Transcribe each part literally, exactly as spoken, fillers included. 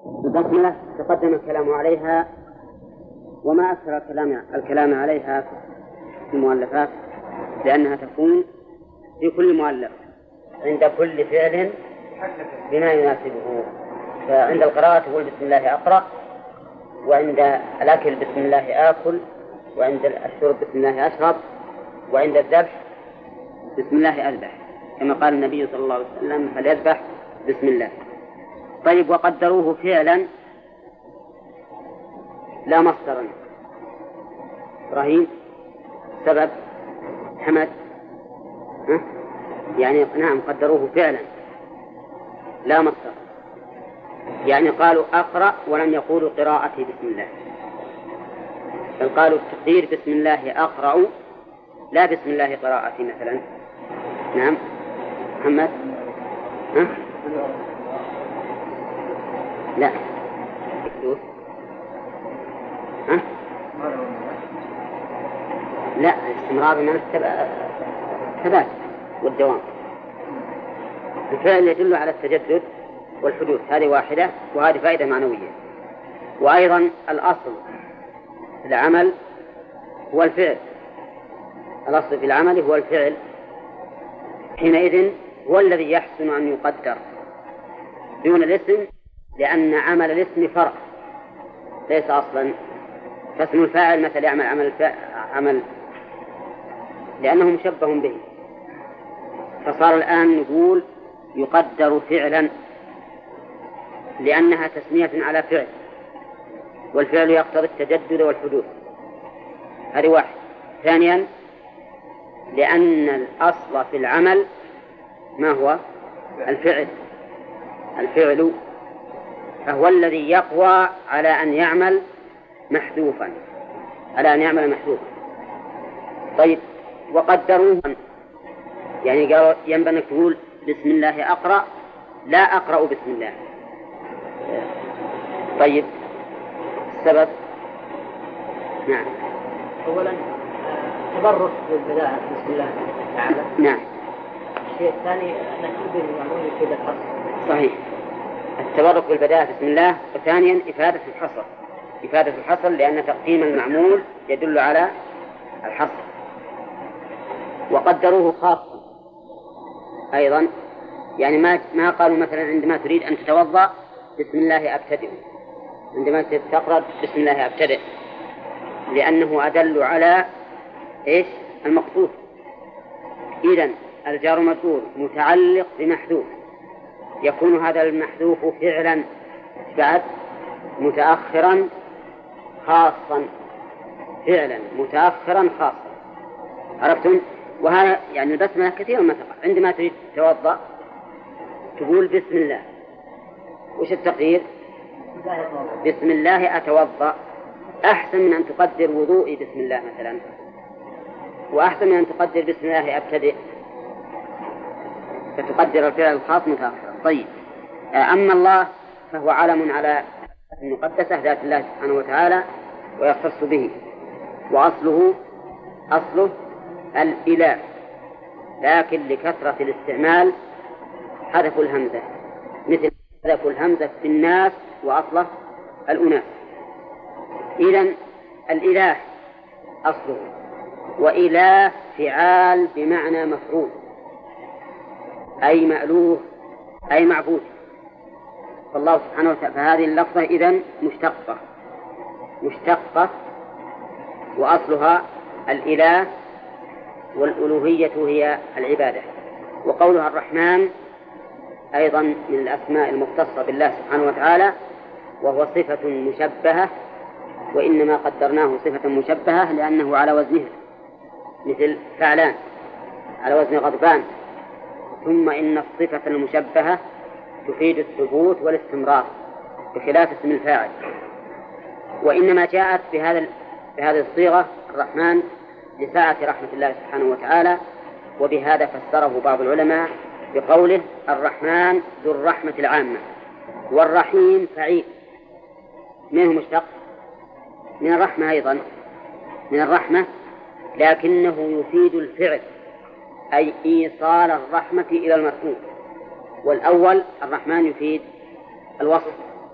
البسملة تقدم الكلام عليها، وما أكثر الكلام الكلام عليها في المؤلفات، لأنها تكون في كل مؤلف عند كل فعل بما يناسبه. فعند القراءة تقول بسم الله أقرأ، وعند الأكل بسم الله آكل، وعند الشرب بسم الله أشرب، وعند الذبح بسم الله أذبح، كما قال النبي صلى الله عليه وسلم فليذبح بسم الله. طيب، وقدروه فعلا لا مصدرا. إبراهيم سبب حمد ها؟ يعني نعم قدروه فعلا لا مصدر، يعني قالوا أقرأ ولم يقولوا قراءتي بسم الله، بل قالوا التقدير بسم الله أقرأ لا بسم الله قراءتي مثلا. نعم محمد ها؟ لا ها؟ لا استمرار من الثبات والدوام. الفعل يدل على التجدد والحدوث، هذه واحدة، وهذه فائدة معنوية. وأيضا الأصل في العمل هو الفعل، الأصل في العمل هو الفعل، حينئذ هو الذي يحسن أن يقدر دون الاسم، لأن عمل الاسم فرع ليس أصلا. فاسم الفاعل مثل يعمل عمل عمل لأنه مشبه به، فصار الآن نقول يقدر فعلا لأنها تسمية على فعل، والفعل يقتضي التجدد والحدوث، هذه واحد. ثانيا لأن الأصل في العمل ما هو؟ الفعل. الفعل فهو الذي يقوى على أن يعمل محذوفا، على أن يعمل محذوفا. طيب، وقدروه يعني قالوا ينبغي أن تقول بسم الله أقرأ لا أقرأ بسم الله. طيب، السبب نعم أولا تبرك بالبداية بسم الله تعالى. نعم. الشيء الثاني نكتب المعمول كذا الحصر. صحيح، التبرك بالبداية بسم الله. وثانيا إفادة الحصر، إفادة الحصر لأن تقديم المعمول يدل على الحصر. وقدروه خاصا أيضا، يعني ما ما قالوا مثلا عندما تريد أن تتوضأ بسم الله أبتدئ، عندما تقرأ بسم الله أبتدئ، لأنه أدل على إيش؟ المقصود. إذن الجار مجرور متعلق بمحذوف، يكون هذا المحذوف فعلا بعد متأخرا خاصا، فعلا متأخرا خاصا. عرفتم؟ وهذا يعني البسملة كثيرا ما تقع. عندما تريد تتوضأ تقول بسم الله، وش التقدير؟ بسم الله أتوضأ، أحسن من أن تقدر وضوئي بسم الله مثلا، وأحسن من أن تقدر بسم الله أبتدئ، فتقدر الفعل الخاص متأخرا. طيب، أما الله فهو علم على المقدسة ذات الله سبحانه وتعالى ويختص به، وأصله أصله الإله، لكن لكثرة الاستعمال حذفوا الهمزة، مثل حذفوا الهمزة في الناس وأصله الأناس. إذن الإله أصله، وإله فعال بمعنى مفعول، أي مألوه أي معبود. فالله سبحانه وتعالى فهذه اللفظة إذن مشتقة مشتقة وأصلها الإله، والألوهية هي العبادة. وقولها الرحمن أيضا من الأسماء المختصة بالله سبحانه وتعالى، وهو صفة مشبهة، وإنما قدرناه صفة مشبهة لأنه على وزنها، مثل فعلان على وزن غضبان. ثم إن الصفة المشبهة تفيد الثبوت والاستمرار بخلاف اسم الفاعل، وإنما جاءت بهذا بهذه الصيغة الرحمن لسعة رحمة الله سبحانه وتعالى. وبهذا فسره بعض العلماء بقوله الرحمن ذو الرحمة العامة، والرحيم فعيل منه مشتق من الرحمة، أيضا من الرحمة، لكنه يفيد الفعل، أي إيصال الرحمة إلى المرحوم. والأول الرحمن يفيد الوصف،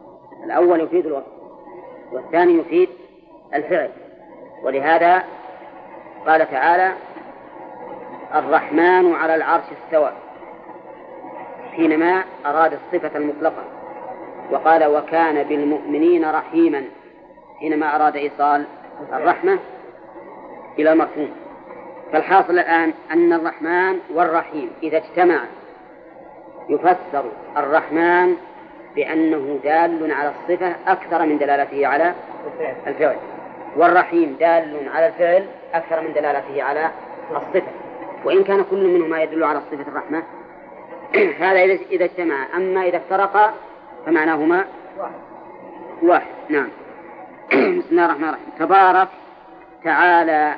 الأول يفيد الوصف والثاني يفيد الفعل. ولهذا قال تعالى الرحمن على العرش استوى حينما أراد الصفة المطلقة، وقال وكان بالمؤمنين رحيما حينما أراد إيصال الرحمة إلى المرحوم. فالحاصل الآن أن الرحمن والرحيم إذا اجتمعا يفسر الرحمن بأنه دال على الصفة أكثر من دلالته على الفعل، والرحيم دال على الفعل أكثر من دلالته على الصفة، وإن كان كل منهما يدل على صفة الرحمة. هذا إذا اجتمع. أما إذا افترقا فمعناهما واحد. نعم. بسم الله الرحمن الرحيم. تبارك تعالى.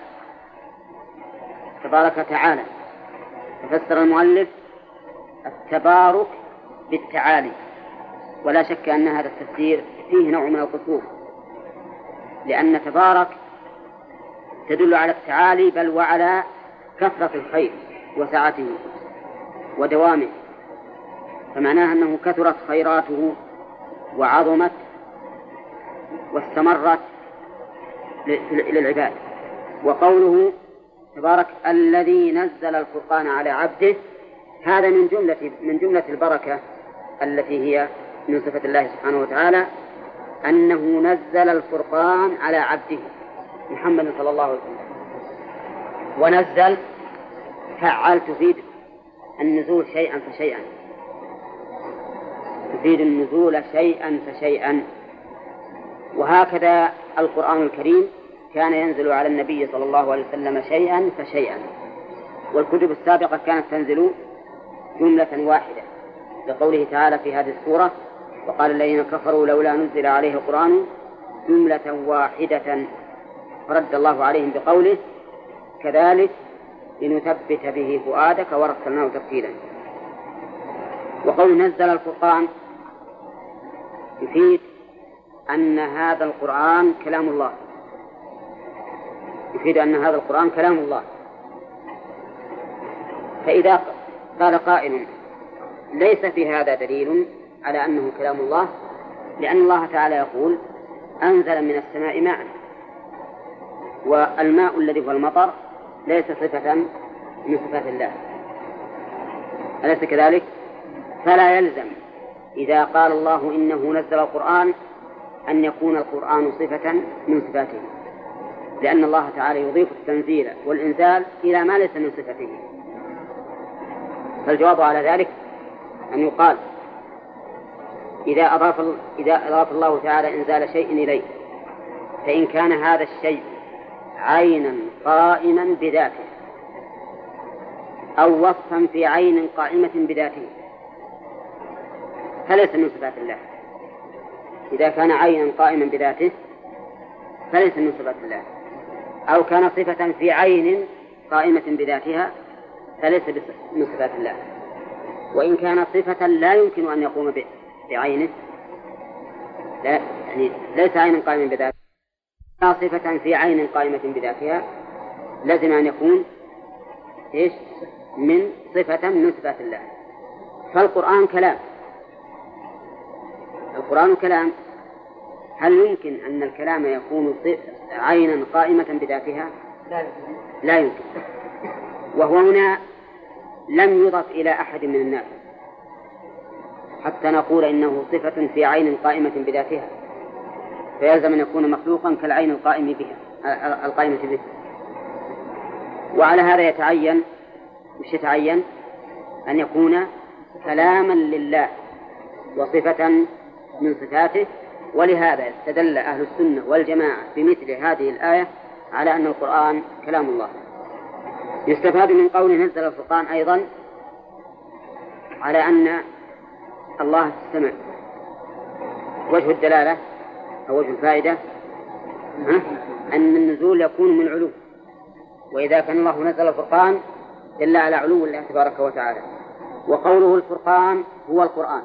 تبارك تعالى تفسر المؤلف التبارك بالتعالي، ولا شك أن هذا التفسير فيه نوع من القصور، لأن تبارك تدل على التعالي بل وعلى كثرة الخير وسعته ودوامه، فمعناها أنه كثرت خيراته وعظمت واستمرت للعباد. وقوله تبارك الذي نزل الفرقان على عبده، هذا من جملة من جملة البركة التي هي من صفة الله سبحانه وتعالى، أنه نزل الفرقان على عبده محمد صلى الله عليه وسلم. ونزل فعل تفيد النزول شيئا فشيئا، تفيد النزول شيئا فشيئا. وهكذا القرآن الكريم كان ينزل على النبي صلى الله عليه وسلم شيئا فشيئا، والكتب السابقة كانت تنزل جملة واحدة، لقوله تعالى في هذه السورة وقال الذين كفروا لولا نزل عليه القرآن جملة واحدة، فرد الله عليهم بقوله كذلك لنثبت به فؤادك ورسلناه ترتيلا. وقول نزل الفرقان يفيد أن هذا القرآن كلام الله، يفيد أن هذا القرآن كلام الله. فإذا قال قائل ليس في هذا دليل على أنه كلام الله، لأن الله تعالى يقول أنزل من السماء ماء، والماء الذي هو المطر ليس صفة من صفات الله، أليس كذلك؟ فلا يلزم إذا قال الله إنه نزل القرآن أن يكون القرآن صفة من صفاته، لأن الله تعالى يضيف التنزيل والإنزال إلى ما ليس من صفته. فالجواب على ذلك أن يقال إذا أضاف, إذا أضاف الله تعالى إنزال شيء إليه، فإن كان هذا الشيء عينا قائما بذاته أو وصفا في عين قائمة بذاته فليس من صفات الله. إذا كان عينا قائما بذاته فليس من صفات الله، أو كان صفة في عين قائمة بذاتها فليس من صفات الله. وإن كان صفة لا يمكن أن يقوم بعينه، لا يعني ليس عينا قائما بذاته، صفة في عين قائمة بذاتها، لازم أن يكون إيش؟ من صفة من صفات الله. فالقرآن كلام، القرآن كلام، هل يمكن أن الكلام يكون عينا قائمة بذاتها؟ لا يمكن. وهو هنا لم يضف إلى أحد من الناس حتى نقول إنه صفة في عين قائمة بذاتها، فيلزم أن يكون مخلوقا كالعين القائم بها القائمة به. وعلى هذا يتعين مش يتعين أن يكون كلاما لله وصفة من صفاته. ولهذا استدل أهل السنة والجماعة بمثل هذه الآية على أن القرآن كلام الله. يستفاد من قوله نزل الفرقان أيضا على أن الله استمع. وجه الدلالة أو وجه الفائدة أن النزول يكون من علو، وإذا كان الله نزل الفرقان دل على علو الله تبارك وتعالى. وقوله الفرقان هو القرآن،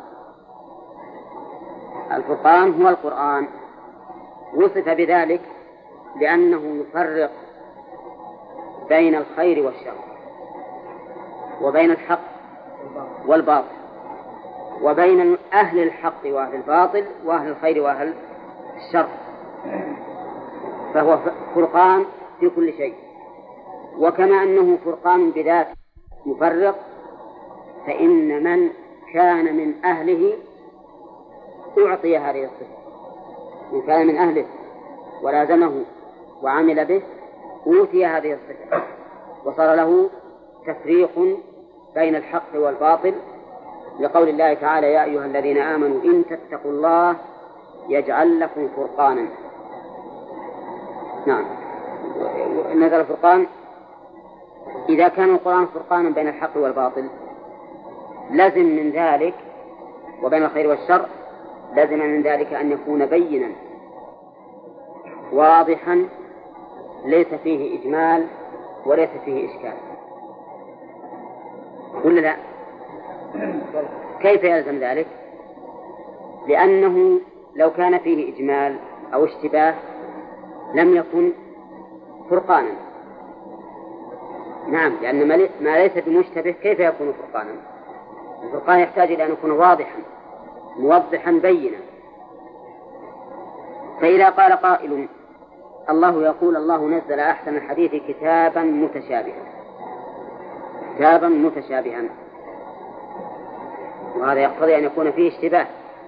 الفرقان هو القرآن، وصف بذلك لأنه يفرق بين الخير والشر وبين الحق والباطل، وبين أهل الحق وأهل الباطل وأهل الخير وأهل الشر، فهو فرقان في كل شيء. وكما أنه فرقان بذات مفرق، فإن من كان من أهله أعطي هذه الصفة، من كان من أهله ولازمه وعمل به أوتي هذه الصفة، وصار له تفريق بين الحق والباطل، لقول الله تعالى: يا أيها الذين آمنوا إن تتقوا الله يجعل لكم فرقانا. نعم، نزل الفرقان. إذا كان القرآن فرقانا بين الحق والباطل لازم من ذلك، وبين الخير والشر لازم من ذلك أن يكون بينا واضحا ليس فيه إجمال وليس فيه إشكال، ولا لا؟ كيف يلزم ذلك؟ لأنه لو كان فيه إجمال أو اشتباه لم يكن فرقانا. نعم، لأن ما ليس بمشتبه كيف يكون فرقانا؟ الفرقان يحتاج إلى أن يكون واضحا موضحا بينا. فإذا قال قائل: الله يقول الله نزل أحسن الحديث كتابا متشابها، كتابا متشابها، وهذا يقتضي أن يكون فيه اشتباه.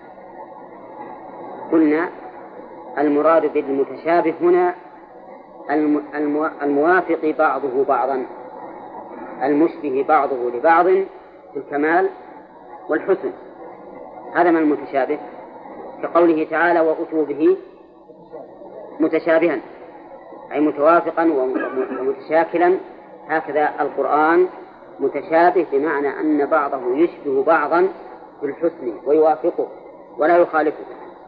قلنا المراد بالمتشابه هنا الموافق بعضه بعضا، المشبه بعضه لبعض في الكمال والحسن، هذا من المتشابه، كقوله تعالى: وأتوا به متشابها، أي متوافقا ومتشاكلا. هكذا القرآن متشابه بمعنى أن بعضه يشبه بعضا في الحسن ويوافقه ولا يخالفه.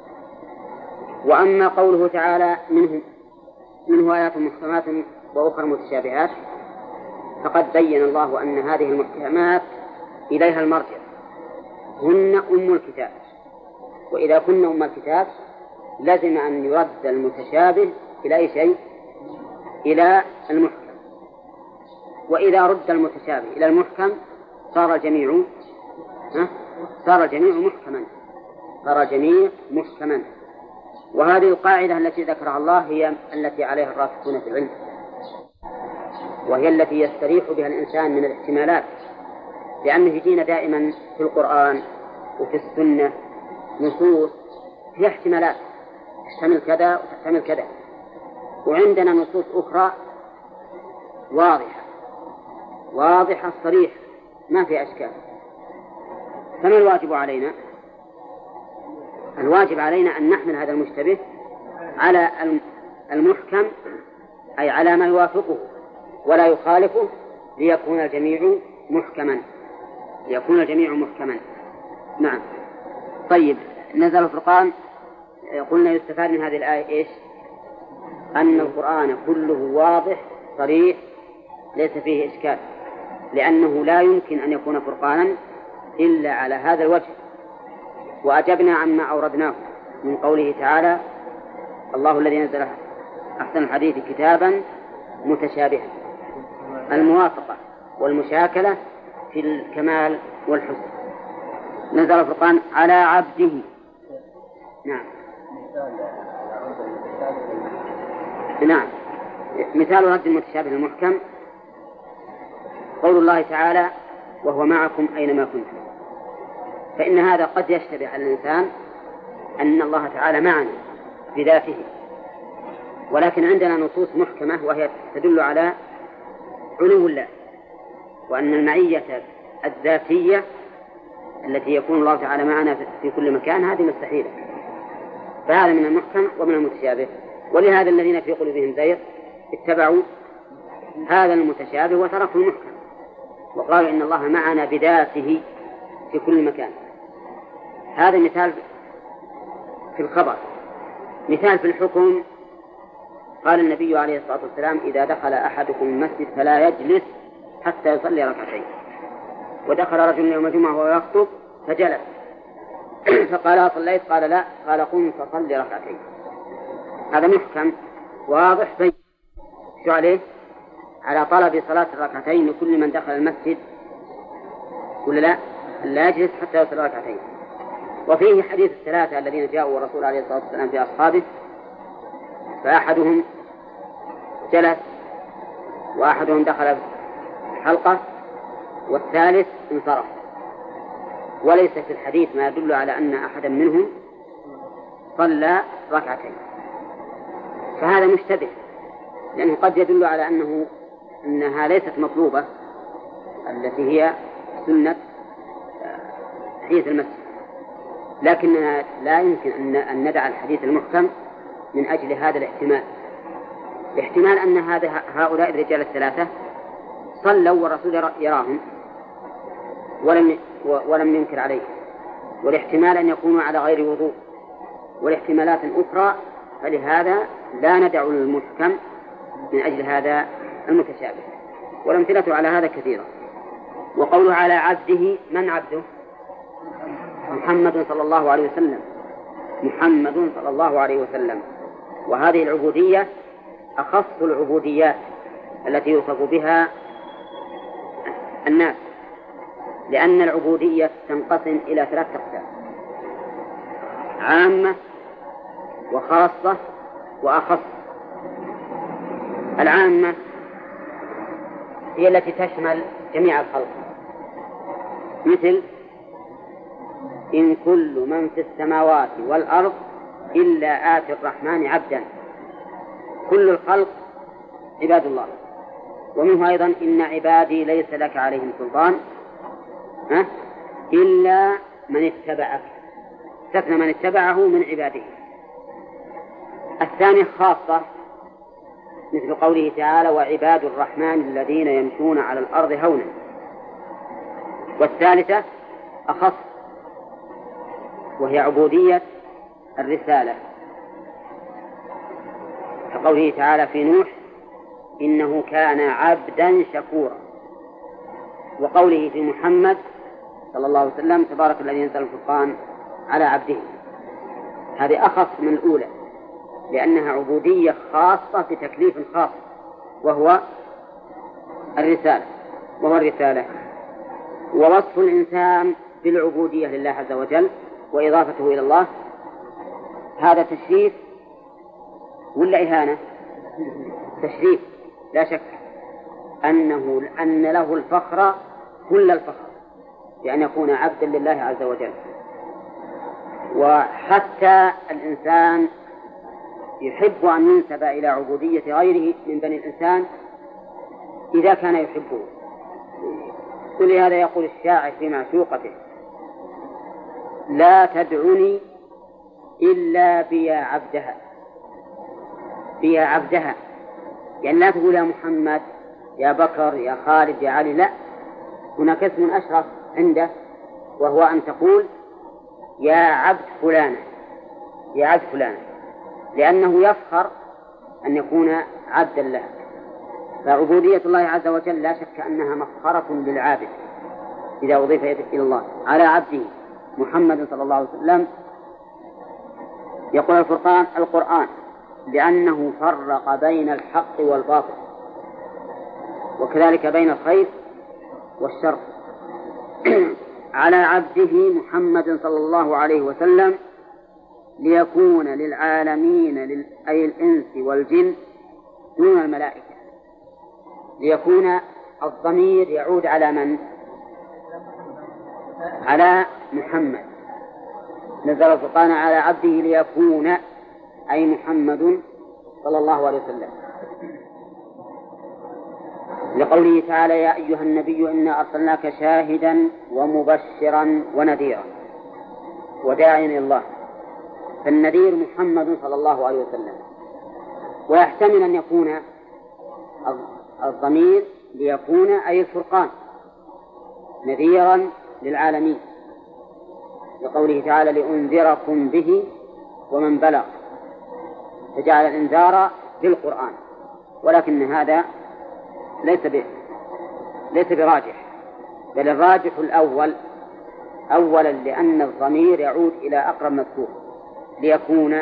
وأما قوله تعالى: منه منه آيات محكمات وأخرى متشابهات، فقد بين الله أن هذه المحكمات إليها المرجع، هن أم الكتاب، وإذا كن أم الكتاب لازم أن يرد المتشابه إلى أي شيء؟ إلى المحكم. وإذا رد المتشابه إلى المحكم صار الجميع ها؟ صار الجميع محكما، صار الجميع محكما. وهذه القاعدة التي ذكرها الله هي التي عليها الراسخون في العلم، وهي التي يستريح بها الإنسان من الاحتمالات، لأنه يجينا دائما في القرآن وفي السنة نصوص فيها احتمالات، تحتمل كذا وتحتمل كذا، وعندنا نصوص أخرى واضحة واضحة صريحة ما في أشكال. فما الواجب علينا؟ الواجب علينا أن نحمل هذا المشتبه على المحكم، أي على ما يوافقه ولا يخالفه، ليكون الجميع محكما، ليكون الجميع محكما. نعم. طيب، نزل الفرقان. قلنا يستفاد من هذه الآية إيش؟ أن القرآن كله واضح صريح ليس فيه إشكال، لأنه لا يمكن أن يكون فرقانا إلا على هذا الوجه. وأجبنا عما أوردناه من قوله تعالى: الله الذي نزل أحسن الحديث كتابا متشابها، الموافقة والمشاكلة في الكمال والحسن. نزل الفرقان على عبده. نعم. نعم، مثال رد المتشابه المحكم قول الله تعالى: وهو معكم أينما كنتم. فإن هذا قد يشتبه على الإنسان أن الله تعالى معنا بذاته، ولكن عندنا نصوص محكمة وهي تدل على علو الله، وأن المعية الذاتية التي يكون الله تعالى معنا في كل مكان هذه مستحيلة. فهذا من المحكم ومن المتشابه. ولهذا الذين في قلوبهم زيغ اتبعوا هذا المتشابه وتركوا المحكم، وقالوا إن الله معنا بذاته في كل مكان. هذا مثال في الخبر. مثال في الحكم: قال النبي عليه الصلاة والسلام: إذا دخل أحدكم المسجد فلا يجلس حتى يصلي ركعتين. ودخل رجل يوم الجمعة وهو يخطب فجلس فقال: صليت؟ قال: لا. قال: قم فصلي ركعتين. هذا محكم واضح بين. شو عليه؟ على طلب صلاة الركعتين لكل من دخل المسجد، ولا لا؟ لا يجلس حتى يصلي ركعتين. وفيه حديث الثلاثة الذين جاءوا الرسول عليه الصلاة والسلام في أصحابه، فأحدهم جلس، وأحدهم دخل حلقة، والثالث انصرف، وليس في الحديث ما يدل على أن أحدا منهم صلى ركعتين، فهذا مشتبه، لأنه قد يدل على أنه أنها ليست مطلوبة التي هي سنة حديث المسجد، لكننا لا يمكن أن ندع الحديث المحكم من أجل هذا الاحتمال، الاحتمال أن هذا هؤلاء الرجال الثلاثة صلوا والرسول يراهم ولم ولم ينكر عليه، والاحتمال أن يكونوا على غير وضوء، والاحتمالات الأخرى، فلهذا لا ندع المحكم من أجل هذا المتشابه، والأمثلة على هذا كثيرة. وقوله على عبده، من عبده؟ محمد صلى الله عليه وسلم، محمد صلى الله عليه وسلم. وهذه العبودية أخص العبوديات التي يوصف بها الناس، لأن العبودية تنقسم إلى ثلاث أقسام: عامة وخاصة وأخص. العامة هي التي تشمل جميع الخلق، مثل إن كل من في السماوات والأرض إلا آتي الرحمن عبدا، كل الخلق عباد الله. ومنه أيضا إن عبادي ليس لك عليهم سلطان إلا من اتبعك، استثنى من اتبعه من عباده. الثاني خاصة، مثل قوله تعالى وعباد الرحمن الذين يمشون على الأرض هونا. والثالثة أخص، وهي عبودية الرسالة، كقوله تعالى في نوح إنه كان عبدا شكورا، وقوله في محمد صلى الله عليه وسلم تبارك الذي نزل الفرقان على عبده. هذه أخص من الأولى لأنها عبودية خاصة في تكليف خاص، وهو الرسالة وهو الرسالة ووصف الإنسان بالعبودية لله عز وجل وإضافته إلى الله، هذا تشريف ولا إهانة؟ تشريف لا شك أنه أن له الفخر كل الفخر بأن يكون عبدا لله عز وجل. وحتى الإنسان يحب أن ينسب إلى عبودية غيره من بني الإنسان إذا كان يحبه. ولهذا يقول الشاعر في معشوقته لا تدعني إلا بيا عبدها، بيا عبدها، يعني لا تقول يا محمد يا بكر يا خالد يا علي، لا، هناك اسم أشرف عنده وهو أن تقول يا عبد فلانة، يا عبد فلانة، لأنه يفخر أن يكون عبدا له. فعبودية الله عز وجل لا شك أنها مفخرة للعابد إذا أضيف إلى الله. على عبده محمد صلى الله عليه وسلم يقول الفرقان القرآن لأنه فرق بين الحق والباطل، وكذلك بين الخير والشر. على عبده محمد صلى الله عليه وسلم ليكون للعالمين أي الإنس والجن دون الملائكة. ليكون الضمير يعود على من؟ على محمد. نزل الفرقان على عبده ليكون أي محمد صلى الله عليه وسلم، لقوله تعالى يا أيها النبي إنا أرسلناك شاهدا ومبشرا ونذيرا وداعيا إلى الله. فالنذير محمد صلى الله عليه وسلم. ويحتمل أن يكون الضمير ليكون أي الفرقان نذيرا للعالمين، لقوله تعالى لأنذركم به ومن بلغ، فجعل الإنذار بالقرآن، ولكن هذا ليس ب... ليس براجح، بل الراجح الأول، أولا لأن الضمير يعود إلى أقرب مذكور ليكون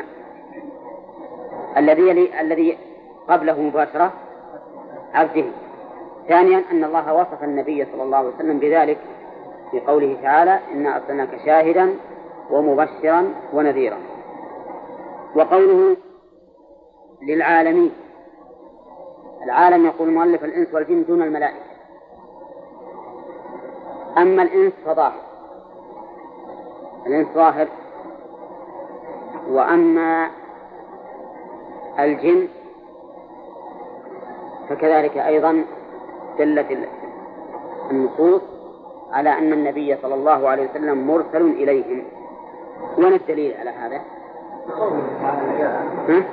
الذي الذي قبله مباشرة عبده. ثانيا أن الله وصف النبي صلى الله عليه وسلم بذلك في قوله تعالى إنا أرسلناك شاهدا ومبشرا ونذيرا. وقوله للعالمين، العالم يقول المؤلف الإنس والجن دون الملائكة. أما الإنس فظاهر، الإنس ظاهر، وأما الجن فكذلك أيضا دلت النصوص على أن النبي صلى الله عليه وسلم مرسل إليهم. وين الدليل على هذا؟ ها؟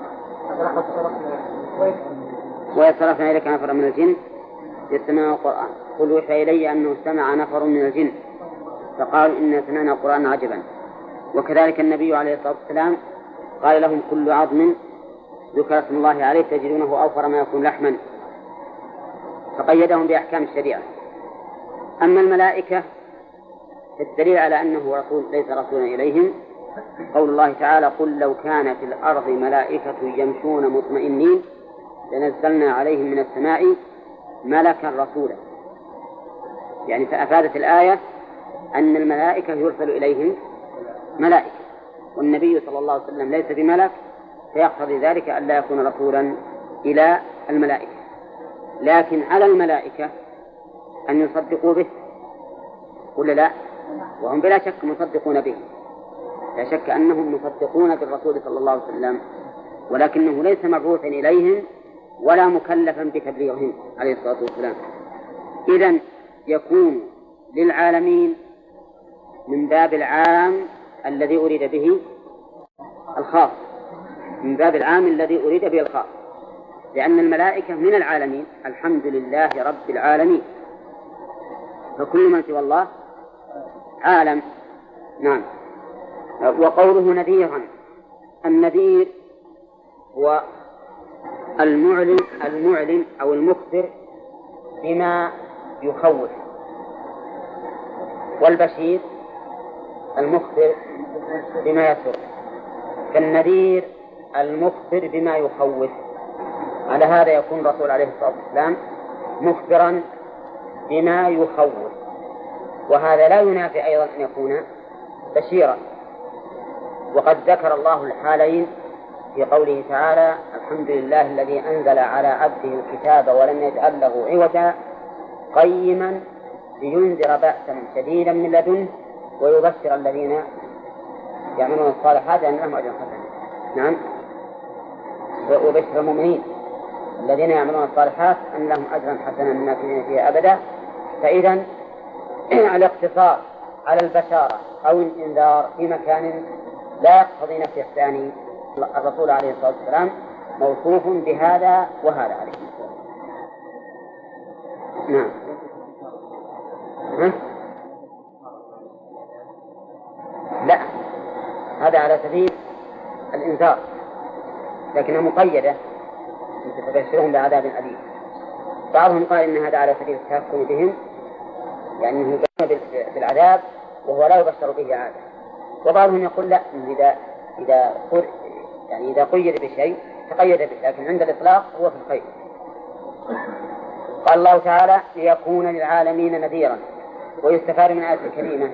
ويصرفنا إليك نفر من الجن يستمعون القرآن قل يوحى إلي أنه استمع نفر من الجن فقالوا إنا سمعنا القرآن عجبا. وكذلك النبي عليه الصلاة والسلام قال لهم كل عظم ذكر اسم الله عليه تجدونه أوفر ما يكون لحما، فقيدهم بأحكام الشريعة. أما الملائكة الدليل على أنه رسول ليس رسولا إليهم قول الله تعالى قل لو كان في الأرض ملائكة يمشون مطمئنين لنزلنا عليهم من السماء ملكا رسولا. يعني فأفادت الآية أن الملائكة يرسل إليهم ملائكة، والنبي صلى الله عليه وسلم ليس بملك، فيقتضي ذلك أن لا يكون رسولا إلى الملائكة. لكن على الملائكة أن يصدقوا به ولا لا؟ وهم بلا شك مصدقون به، لا شك أنهم مصدقون بالرسول صلى الله عليه وسلم، ولكنه ليس مبعوثا إليهم ولا مكلفا بتبليغهم عليه الصلاة والسلام. إذن يكون للعالمين من باب العام الذي أريد به الخاص، من باب العام الذي أريد به الخاص، لأن الملائكة من العالمين الحمد لله رب العالمين، فكل من سوى الله عالم. نعم. وقوله نذيرا، النذير هو المعلن المعلن أو المخبر بما يخوف، والبشير المخبر بما يسر، فالنذير المخبر بما يخوف. على هذا يكون الرسول عليه الصلاة والسلام مخبرا بما يخوف، وهذا لا ينافي أيضا أن يكون بشيرا. وقد ذكر الله الحالين في قوله تعالى الحمد لله الذي أنزل على عبده الكتاب ولم يجعل له عوجا قيما لينذر بأسا شديدا من لدنه ويبشر الذين يعملون الصالحات أن لهم أجرا حسنا. نعم. وبشر المؤمنين الذين يعملون الصالحات أن لهم أجرا حسنا ماكثين فيها أبدا. فإذا الاقتصار على البشارة أو الإنذار في مكان لا يقتضي نفي الثاني. الرسول عليه الصلاة والسلام موصوف بهذا وهذا عليه الصلاة والسلام. نعم. ها؟ لا، هذا على سبيل الإنذار لكنها مقيدة تبشرهم بعذاب أليم. بعضهم قال إن هذا على سبيل التهكم بهم، يعني أنه يبشر بالعذاب وهو لا يبشر به عادة. وبعضهم يقول لا، إذا إذا يعني إذا قيد بشيء تقيد به، لكن عند الإطلاق هو في الخير. قال الله تعالى ليكون للعالمين نذيرا. ويستفاد من آية الكريمة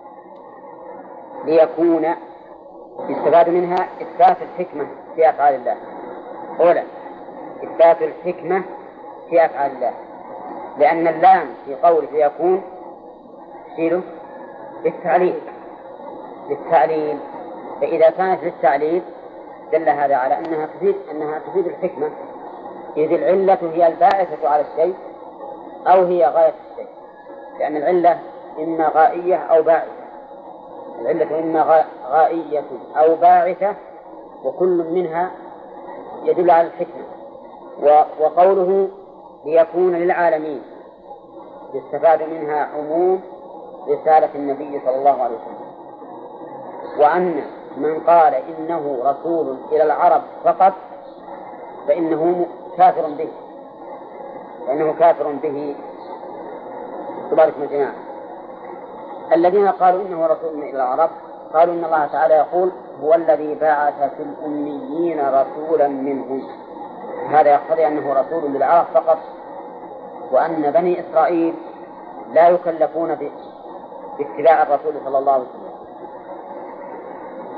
ليكون يستفاد منها إثبات الحكمة في أفعال الله. أولا إثبات الحكمة في أفعال الله، لأن اللام في قوله ليكون تشير بالتعليل بالتعليل فإذا كانت للتعليل دل هذا على أنها تفيد أنها تفيد الحكمة، إذ العلة هي الباعثة على الشيء أو هي غاية الشيء، لأن العلة إما غائية أو باعثة، العلة إما غائية أو باعثة، وكل منها يدل على الحكمة. وقوله ليكون للعالمين يستفاد منها عموم رسالة النبي صلى الله عليه وسلم، وأن من قال إنه رسول إلى العرب فقط فإنه كافر به، فإنه كافر به تبارك من الجماعة. الذين قالوا إنه رسول إلى العرب قالوا إن الله تعالى يقول هو الذي بعث في الأميين رسولا منهم، هذا يقتضي أنه رسول للعرب فقط، وأن بني إسرائيل لا يكلفون باتباع الرسول صلى الله عليه وسلم،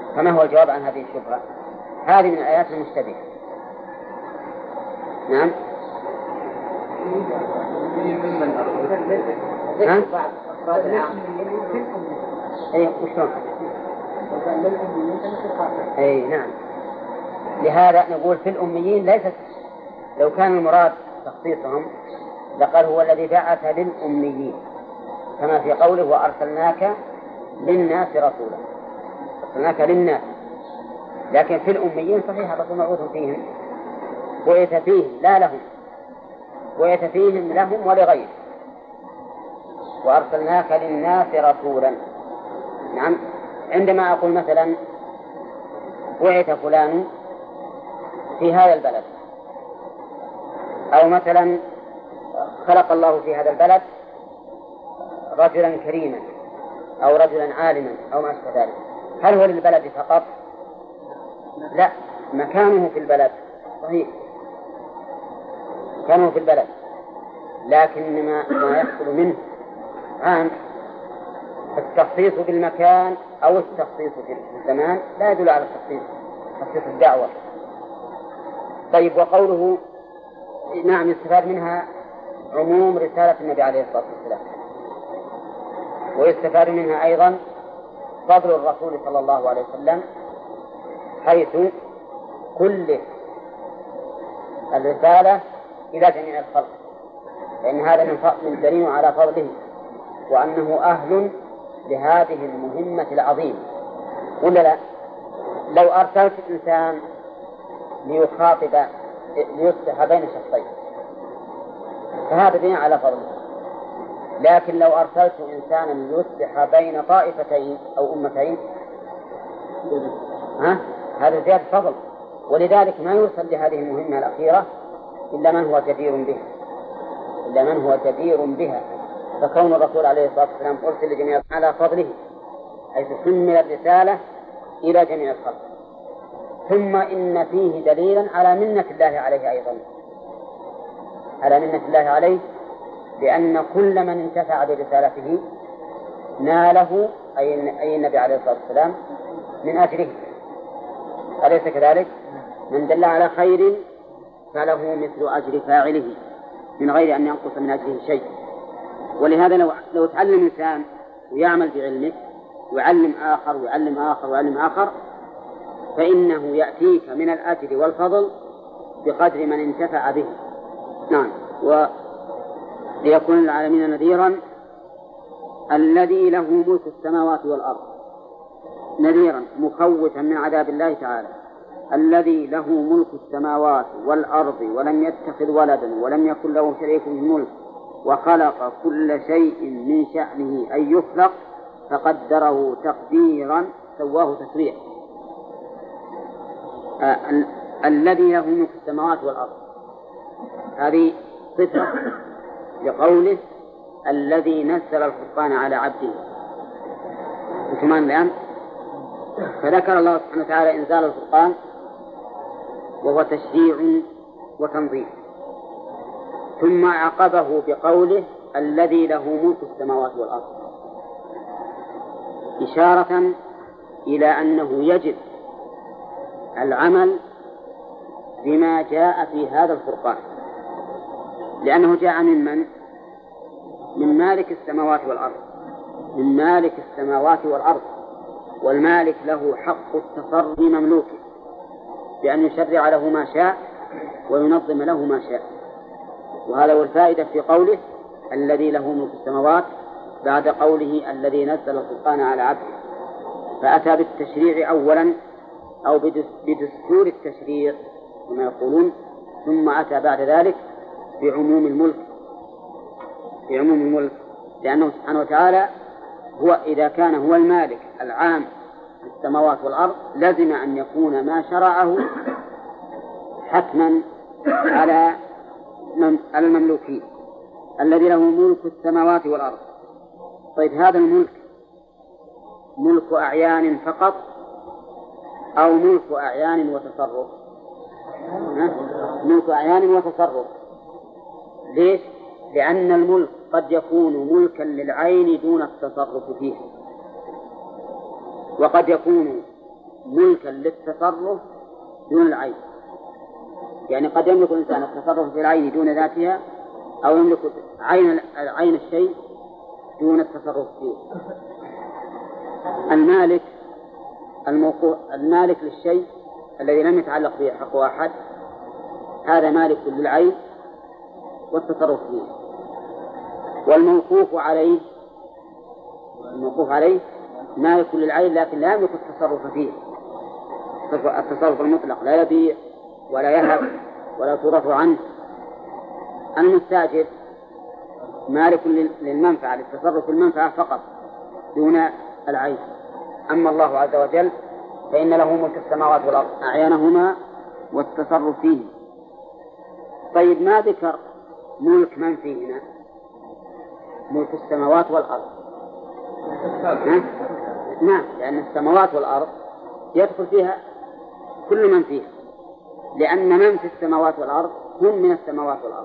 فما هو الجواب عن هذه الشبهة؟ هذه من الآيات المشتبهة. نعم. ها؟ أي وشلون؟ أي نعم. لهذا نقول في الأميين ليست، لو كان المراد تخصيصهم لقال هو الذي بعث للأميين كما في قوله وأرسلناك للناس رسولا، أرسلناك للناس. لكن في الأميين صحيح الرسول مبعوث فيهم، بعث فيهم لا لهم، بعث فيهم لهم ولغيرهم. وأرسلناك للناس رسولا. نعم. عندما أقول مثلا بعث فلان في هذا البلد، أو مثلا خلق الله في هذا البلد رجلا كريما أو رجلا عالما أو ما أشبه ذلك، هل هو للبلد فقط؟ لا، مكانه في البلد صحيح، مكانه في البلد، لكن ما, ما يحصل منه عام. التخصيص بالمكان أو التخصيص في الزمان لا يدل على التخصيص، تخصيص الدعوة. طيب، وقوله نعم يستفاد منها عموم رسالة النبي عليه الصلاة والسلام، ويستفاد منها أيضا فضل الرسول صلى الله عليه وسلم حيث كل الرسالة إلى جميع الخلق، لأن هذا من دليل على فضله وأنه أهل لهذه المهمة العظيمة. ولا لا؟ لو أرسلت إنسان ليخاطب ليصلح بين شخصين فهذا دليل على فضله، لكن لو أرسلت إنسانا ليصلح بين طائفتين أو أمتين ها؟ هذا زيادة فضل. ولذلك ما يرسل لهذه المهمة الأخيرة إلا من هو جدير بها، إلا من هو جدير بها. فكون الرسول عليه الصلاة والسلام أرسل لجميع على فضله حيث كمل الرسالة إلى جميع الخلق. ثم إن فيه دليلا على منة الله عليه أيضا، على منة الله عليه، لأن كل من انتفع برسالته ناله أي النبي عليه الصلاة والسلام من أجله، أليس كذلك؟ من دل على خير فله مثل أجر فاعله من غير أن ينقص من أجله شيء. ولهذا لو, لو تعلم إنسان ويعمل بعلمه ويعلم آخر ويعلم آخر ويعلم آخر فإنه يأتيك من الأجر والفضل بقدر من انتفع به. نعم. وليكون العالمين نذيرا الذي له ملك السماوات والأرض، نذيرا مخوفا من عذاب الله تعالى، الذي له ملك السماوات والأرض ولم يتخذ ولدا ولم يكن له شريك في الملك وخلق كل شيء من شأنه أن يخلق فقدره تقديرا سواه تسويا. آه ال- الذي له ملك السماوات والأرض هذه صفة لقوله الذي نزل الفرقان على عبده. وكمان الآن فذكر الله سبحانه وتعالى إنزال الفرقان وهو تشريع وتنظيم، ثم عقبه بقوله الذي له ملك السماوات والأرض، إشارة إلى أنه يجب العمل بما جاء في هذا الفرقان، لأنه جاء من من؟ من مالك السماوات والأرض، من مالك السماوات والأرض، والمالك له حق التصرف في مملوكه بأن يشرع له ما شاء وينظم له ما شاء. وهذا هو الفائدة في قوله الذي له ملك السماوات بعد قوله الذي نزل الفرقان على عبده، فأتى بالتشريع أولا أو بدستور التشريع كما يقولون، ثم أتى بعد ذلك بعموم الملك، بعموم الملك لأنه سبحانه وتعالى هو إذا كان هو المالك العام للسماوات والأرض لازم أن يكون ما شرعه حتما على على المملوكين الذي له ملك السماوات والأرض. طيب، هذا الملك ملك أعيان فقط أو ملك أعيان وتصرف؟ ملك أعيان وتصرف. ليش؟ لأن الملك قد يكون ملكا للعين دون التصرف فيه، وقد يكون ملكا للتصرف دون العين. يعني قد يملك الإنسان التصرف في العين دون ذاتها، أو يملك عين عين الشيء دون التصرف فيه. المالك الموقوف المالك للشيء الذي لم يتعلق به حق أحد، هذا مالك للعين والتصرف فيه. والموقوف عليه الموقوف عليه مالك للعين لكن لا يملك التصرف فيه، التصرف المطلق، لا يبيع ولا يهب ولا يصرف عنه. المستأجر مالك للمنفعة، للتصرف في المنفعة فقط دون العين. أما الله عز وجل فإن له ملك السماوات والأرض أعيانهما والتصرف فيه. طيب ما ذكر ملك من فيهما؟ ملك السماوات والأرض. نعم، لأن السماوات والأرض يدخل فيها كل من فيها، لأن من في السماوات والأرض هم من السماوات والأرض،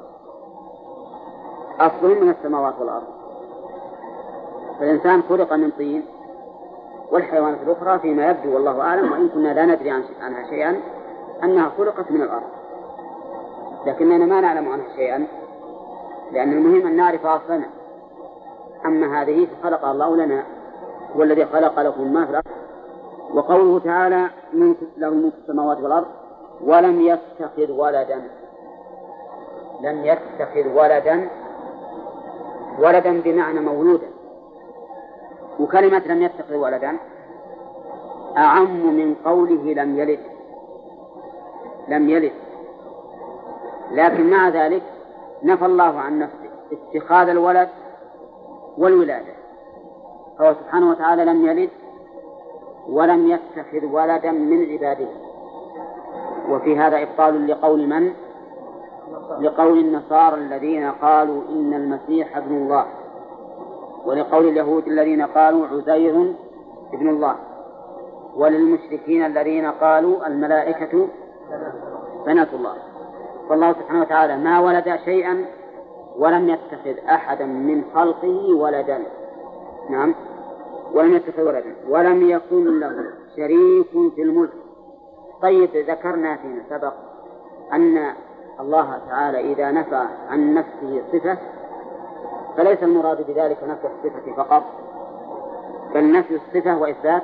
أصلهم من السماوات والأرض. فالإنسان خلق من طين، والحيوانات الأخرى فيما يبدو والله أعلم، وإن كنا لا ندري عنها شيئا، أنها خلقت من الأرض، لكننا ما نعلم عنها شيئا، لأن المهم أن نعرف أصلنا. أما هذه فخلقها الله لنا، هو الذي خلق لكم ما في الأرض. وقوله تعالى له ملك السماوات والأرض ولم يتخذ ولدا، لم يتخذ ولدا، ولدا بمعنى مولودا. وكلمة لم يتخذ ولدا أعم من قوله لم يلد، لم يلد. لكن مع ذلك نفى الله عن نفسه اتخاذ الولد والولادة، فهو سبحانه وتعالى لم يلد ولم يتخذ ولدا من عباده. وفي هذا إبطال لقول من؟ لقول النصارى الذين قالوا إن المسيح ابن الله، ولقول اليهود الذين قالوا عزير ابن الله، وللمشركين الذين قالوا الملائكة بنات الله. فالله سبحانه وتعالى ما ولد شيئا ولم يتخذ أحدا من خلقه ولدا. نعم، ولم يتخذ ولدا، ولم يكن له شريك في الملك. طيب ذكرنا فيما سبق أن الله تعالى إذا نفى عن نفسه صفة فليس المراد بذلك نفي الصفة فقط، بل نفي الصفة وإثبات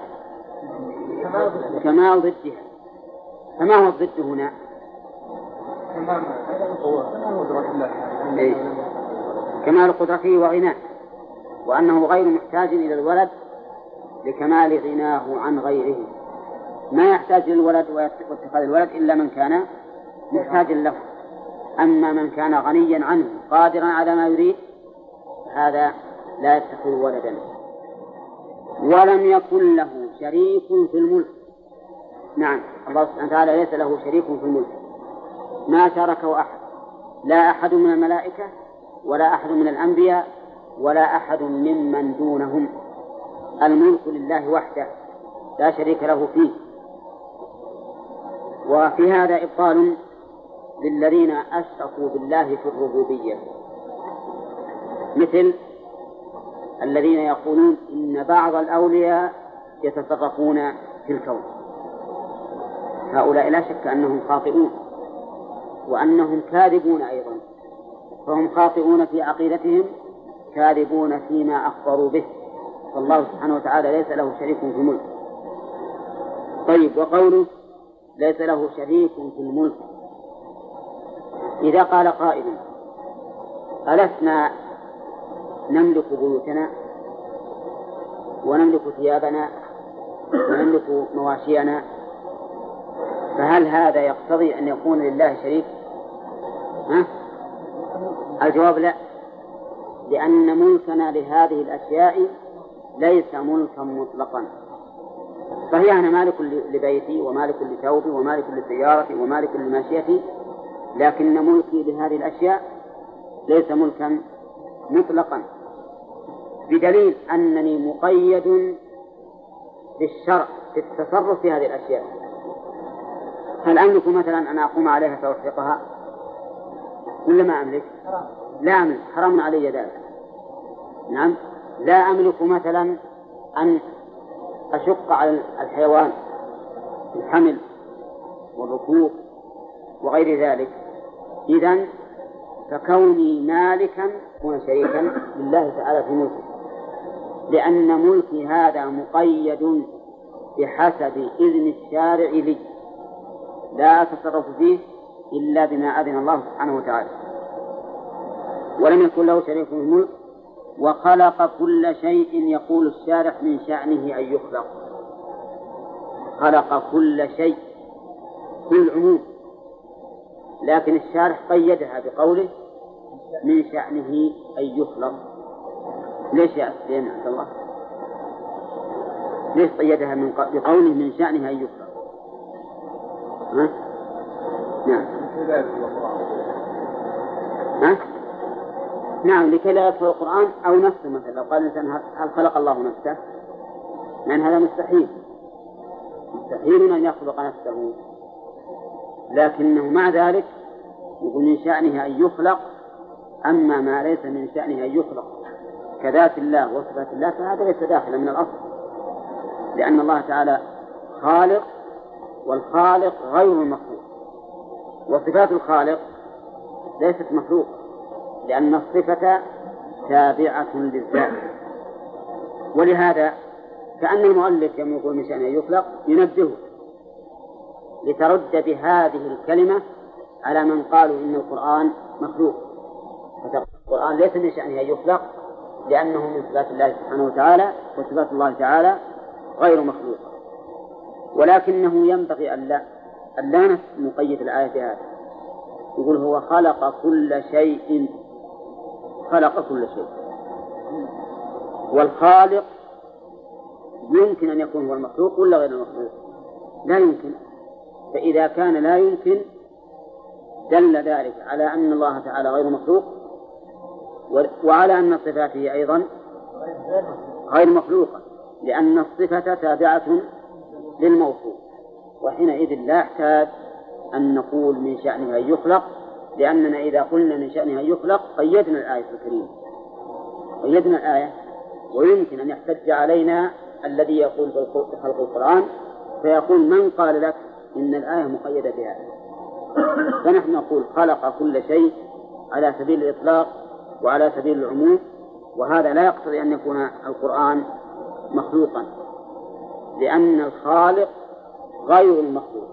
كمال ضدها. فما هو الضد هنا؟ كمال قدرته وغناه، وأنه غير محتاج إلى الولد لكمال غناه عن غيره. ما يحتاج للولد واتخاذ الولد إلا من كان محتاجا له، أما من كان غنيا عنه قادرا على ما يريد هذا لا يتخذ ولدا. ولم يكن له شريك في الملك. نعم، الله سبحانه وتعالى ليس له شريك في الملك، ما شاركه أحد، لا أحد من الملائكة ولا أحد من الأنبياء ولا أحد ممن دونهم. الملك لله وحده لا شريك له فيه. وفي هذا إبطال للذين أشركوا بالله في الربوبية، مثل الذين يقولون إن بعض الأولياء يتصرفون في الكون. هؤلاء لا شك أنهم خاطئون وأنهم كاذبون أيضا، فهم خاطئون في عقيدتهم كاذبون فيما أخبروا به. فالله سبحانه وتعالى ليس له شريك في الملك. طيب، وقوله ليس له شريك في الملك، إذا قال قائل ألسنا نملك بيوتنا ونملك ثيابنا ونملك مواشينا، فهل هذا يقتضي أن يكون لله شريك؟ ها؟ الجواب لا، لأن ملكنا لهذه الأشياء ليس ملكا مطلقا. فهي أنا مالك لبيتي ومالك لثوبي ومالك لسيارتي ومالك لماشيتي، لكن ملكي لهذه الأشياء ليس ملكا مطلقا، بدليل أنني مقيد بالشرع في التصرف في هذه الأشياء. هل أملك مثلا أن أقوم عليها فأحرقها ولا ما أملك؟ لا أملك، حرام علي ذلك. نعم، لا أملك مثلا أن أشق على الحيوان الحمل والركوب وغير ذلك. إذن فكوني مالكا أكون شريكا لله تعالى في ملكه، لأن ملكي هذا مقيد بحسب إذن الشارع لي، لا أتصرف فيه إلا بما أذن الله سبحانه وتعالى. ولم يكن له شريك في الملك. وخلق كل شيء يقول الشارع من شأنه أن يخلق، خلق كل شيء كل عموم، لكن الشارع قيدها بقوله من شأنه أن يخلق. ليش يا أسلم عبد الله؟ ليش قيدها من ق... بقوله من شأنه أن يخلق؟ ها؟ نعم. ها؟ نعم، لكي لا يدخل القرآن أو نفسه. مثلا لو قال الإنسان هل خلق الله نفسه؟ لأن هذا مستحيل، مستحيل أن يخلق نفسه، لكنه مع ذلك يقول من شأنه أن يخلق. أما ما ليس من شأنه أن يخلق كذات الله وصفات الله فهذا ليس داخلا من الأصل، لأن الله تعالى خالق، والخالق غير المخلوق، وصفات الخالق ليست مخلوق، لأن الصفة تابعة للذات. ولهذا كأن المؤلف يوم يقول من شأنه أن يخلق ينبهه لترد بهذه الكلمة على من قالوا إن القرآن مخلوق. القرآن ليس من شأنه أن يخلق لأنه من صفات الله سبحانه وتعالى، وصفات الله تعالى غير مخلوقة. ولكنه ينبغي أن لا أن لا نقيد الآية بهذا. يقول هو خلق كل شيء، خلق كل شيء. والخالق يمكن أن يكون هو المخلوق ولا غير المخلوق؟ لا يمكن. فإذا كان لا يمكن دل ذلك على أن الله تعالى غير مخلوق، وعلى أن صفاته أيضا غير مخلوقة، لأن الصفة تابعة للموصوف. وحينئذ لا يحتاج أن نقول من شأنه أن يخلق، لأننا إذا قلنا من شأنه أن يخلق قيدنا الآية الكريمة، قيدنا الآية. ويمكن أن يحتج علينا الذي يقول بخلق القرآن فيقول من قال لك إن الآية مقيدة بهذا؟ فنحن نقول خلق كل شيء على سبيل الإطلاق وعلى سبيل العموم، وهذا لا يقتضي أن يكون القرآن مخلوقا، لأن الخالق غير المخلوق،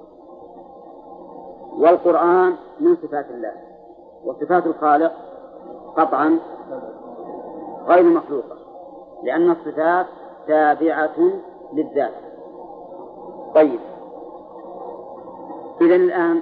والقرآن من صفات الله، وصفات الخالق قطعا غير مخلوقة، لأن الصفات تابعة للذات. طيب، إذن الآن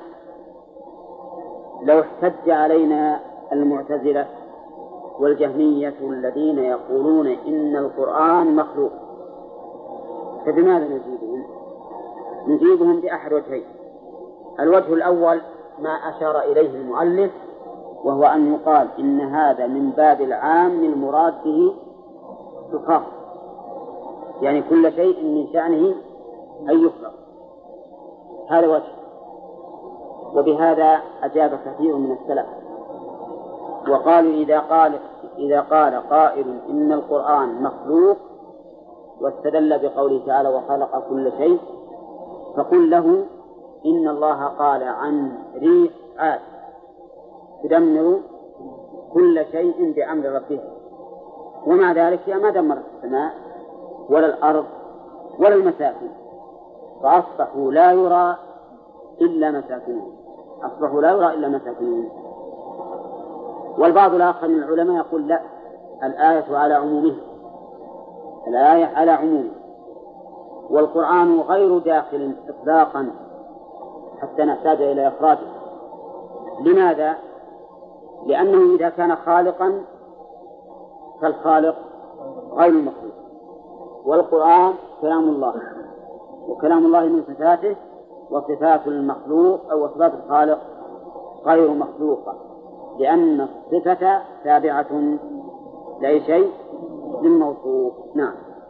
لو احتج علينا المعتزلة والجهمية الذين يقولون إن القرآن مخلوق، فبماذا نجيبهم؟ نجيبهم بأحد وجهين. الوجه الأول ما أشار إليه المؤلف، وهو أن يقال إن هذا من باب العام المراد به الخاص، يعني كل شيء من شأنه أن يخلق. هذا وجه، وبهذا أجاب كثير من السلف وقالوا إذا قال إذا قال قائل إن القرآن مخلوق واستدل بقوله تعالى وخلق كل شيء، فقل له إن الله قال عن ريح عاد تدمر كل شيء بأمر ربها، ومع ذلك هي ما دمرت السماء ولا الأرض ولا المساكن، فأصبحوا لا يرى إلا مساكنهم، أصبحوا لا يرى إلا مساكنهم. والبعض الآخر من العلماء يقول لا، الآية على عمومها، الآية على عمومها، والقرآن غير داخل إطلاقا حتى نحتاج إلى إخراجه. لماذا؟ لأنه إذا كان خالقا فالخالق غير المخلوق، والقرآن كلام الله، وكلام الله من صفاته، وصفات المخلوق أو صفات الخالق غير مخلوقة، لأن الصفة تابعة لأي شيء للموصوف. نعم.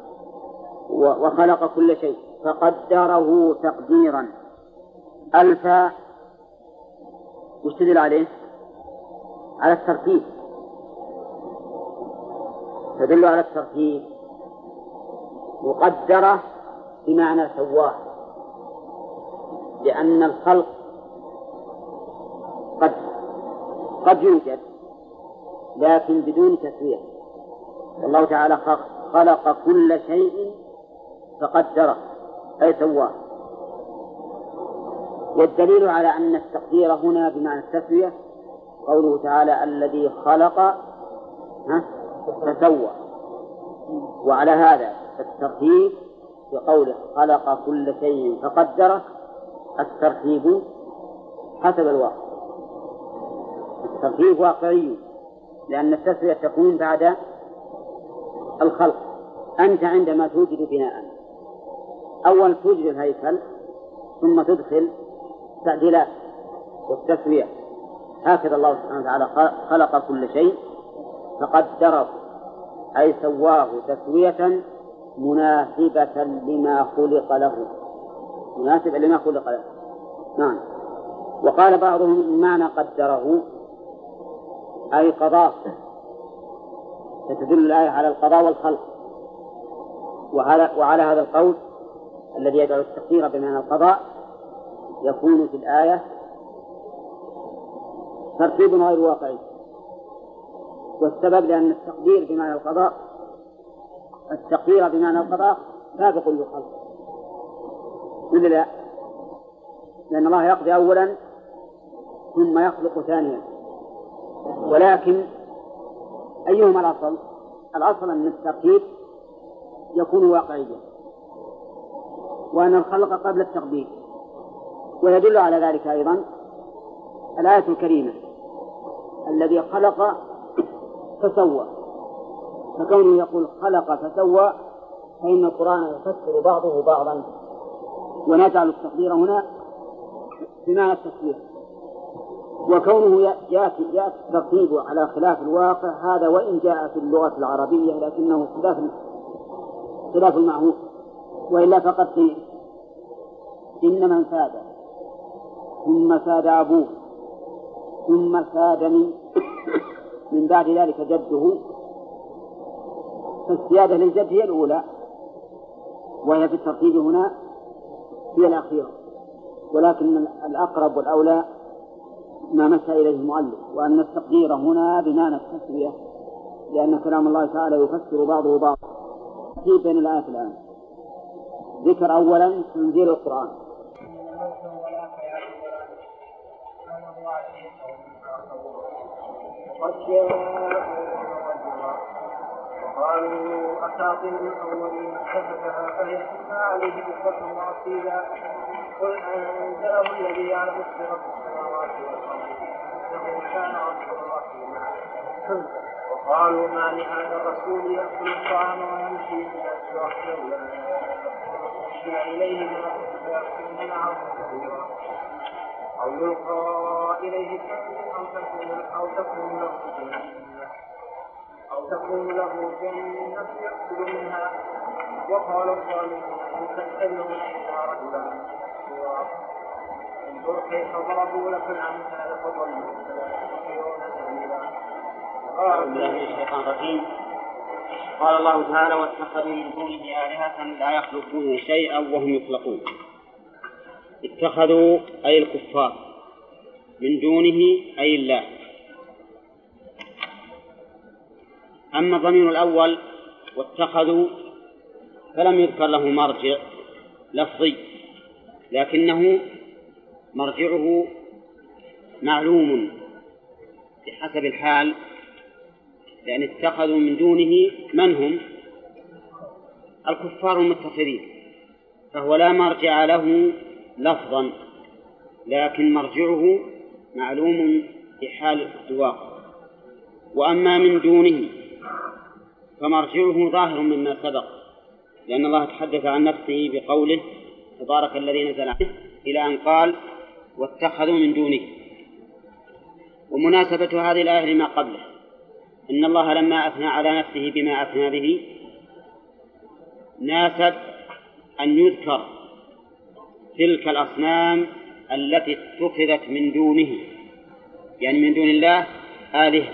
وخلق كل شيء فقدره تقديرا. ألف يشتدل عليه على الترتيب، تدل على الترتيب، وقدره بمعنى سواه، لأن الخلق قد قد يوجد لكن بدون تسوية. والله تعالى خلق كل شيء فقدره أي سواه. والدليل على أن التقدير هنا بمعنى التسوية قوله تعالى الذي خلق فسوى. وعلى هذا الترتيب بقوله خلق كل شيء فقدره الترتيب حسب الواقع، الترتيب واقعي، لأن التسوية تكون بعد الخلق. أنت عندما توجد بناء أول توجد الهيكل ثم تدخل تعديلات والتسوية. هكذا الله سبحانه وتعالى خلق كل شيء فقدره أي سواه تسوية مناسبة لما خلق له، مناسبة لما خلق له. نعم. وقال بعضهم معنى قدره أي قضاء، فتدل الآية على القضاء والخلق. وعلى, وعلى هذا القول الذي يدعو التقدير بمعنى القضاء يكون في الآية ترتيب غير واقعي. والسبب لأن التقدير بمعنى القضاء التقدير بمعنى القضاء سابق للخلق، ولا لا؟ لأن الله يقضي أولا ثم يخلق ثانيا. ولكن أيهما الأصل؟ الأصل أن الترتيب يكون واقعيا وأن الخلق قبل التقدير. ويدل على ذلك أيضا الآية الكريمة الذي خلق فسوى. فكونه يقول خلق فسوى فإن القرآن يفسر بعضه بعضا، ونجعل التقدير هنا بمعنى التسوية. وكونه يأتي يأتي الترتيب على خلاف الواقع هذا وإن جاء في اللغة العربية لكنه خلاف خلاف المعهود. وإلا فقد قيل إن من ساد ثم ساد أبوه ثم ساد من, من بعد ذلك جده، فالسيادة للجد هي الأولى وهي في الترتيب هنا هي الأخيرة. ولكن الأقرب والأولى ما مشى إليه المؤلف، وأن التقدير هنا بمعنى التسوية، لأن كلام الله تعالى يفسر بعضه بعضا. في بين الآيات الآن ذكر أولا تنزيل القرآن. وقالوا أساطير الأولين اكتسبها فهي تتلى عليه بكرة وأصيلا قل أنزله الذي يعلم سر السماوات والأرض إنه كان غفورا رحيما. وقالوا ما لهذا الرسول يأكل الطعام ويمشي في الأسواق لولا أنزل إليه ملك فيكون معه نذيرا أو يلقى إليه كنز أو تكون أو تكون له جنة أو تكون له جنة يأكل منها. وقال الظالمون إن تتبعون إلا رجلا مسحورا انظر كيف ضربوا لك الأمثال فضلوا فلا يستطيعون سبيلا. أعوذ بالله من الشيطان الرجيم. قال الله تعالى واتخذوا من دونه آلهة لا يخلقون شيئا وهم يخلقون. اتخذوا أي الكفار من دونه أي الله. أما الضمير الأول واتخذوا فلم يذكر له مرجع لفظي، لكنه مرجعه معلوم بحسب الحال، لأن اتخذوا من دونه من هم؟ الكفار المتخذين، فهو لا مرجع له لفظا لكن مرجعه معلوم بحال الواقع. وأما من دونه فمرجعه ظاهر مما سبق، لأن الله تحدث عن نفسه بقوله تبارك الذي نزل عنه إلى أن قال واتخذوا من دونه. ومناسبة هذه الآية لما قبله إن الله لما أثنى على نفسه بما أثنى به ناسب أن يذكر تلك الأصنام التي اتخذت من دونه، يعني من دون الله آلهة،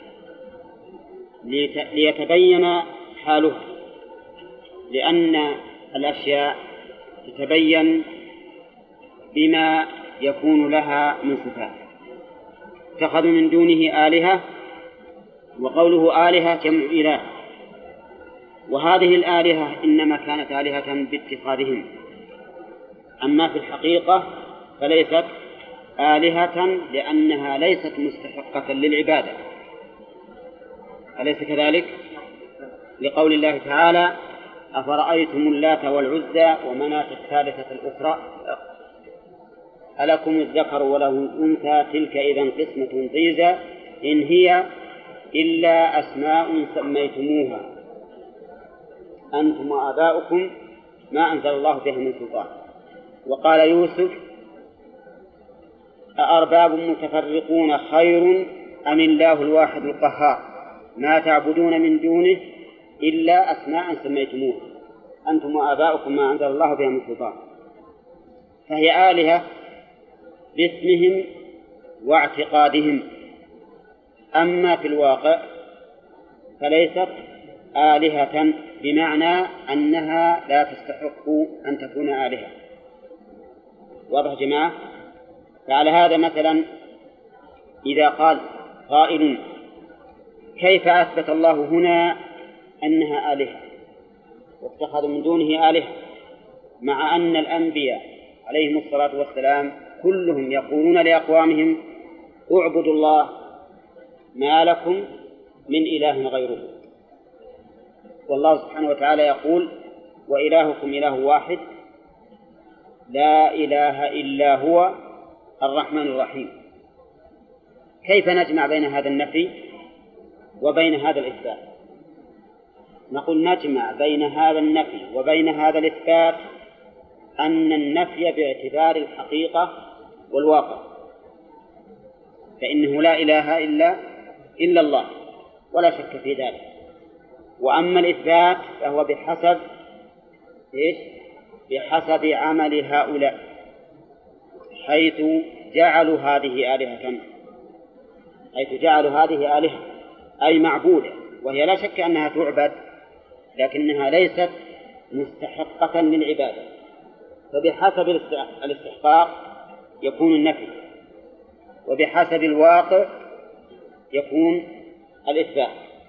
ليتبين حالها، لأن الأشياء تتبين بما يكون لها من صفات. اتخذوا من دونه آلهة، وقوله آلهة جمع إله، وهذه الآلهة إنما كانت آلهة باتخاذهم، أما في الحقيقة فليست آلهة لأنها ليست مستحقة للعبادة. أليس كذلك؟ لقول الله تعالى: أفرأيتم اللات والعزى ومناة الثالثة الأخرى ألكم الذكر وله الأنثى تلك إذا قسمة ضيزى إن هي إلا أسماء سميتموها أنتم وآباؤكم ما أنزل الله بها من سلطان. وقال يوسف: أأرباب متفرقون خير أم الله الواحد القهار ما تعبدون من دونه إلا أسماء سميتموها أنتم وآباؤكم ما أنزل الله بها من سلطان. فهي آلهة باسمهم واعتقادهم، أما في الواقع فليست آلهة بمعنى أنها لا تستحق أن تكون آلهة. واضح يا جماعة؟ فعلى هذا مثلا إذا قال قائل: كيف أثبت الله هنا أنها آلهة واتخذوا من دونه آلهة، مع أن الأنبياء عليهم الصلاة والسلام كلهم يقولون لأقوامهم: اعبدوا الله ما لكم من إله غيره. والله سبحانه وتعالى يقول: وإلهكم إله واحد لا إله إلا هو الرحمن الرحيم. كيف نجمع بين هذا النفي وبين هذا الإثبات؟ نقول نجمع بين هذا النفي وبين هذا الإثبات أن النفي باعتبار الحقيقة والواقع، فإنه لا إله إلا إلا الله ولا شك في ذلك. وأما الإثبات فهو بحسب إيش؟ بحسب عمل هؤلاء، حيث جعلوا هذه آلهة، حيث جعلوا هذه آلهة أي معبودة، وهي لا شك أنها تعبد لكنها ليست مستحقة للعبادة. فبحسب الاستحقاق يكون النفي، وبحسب الواقع يكون الإثبات.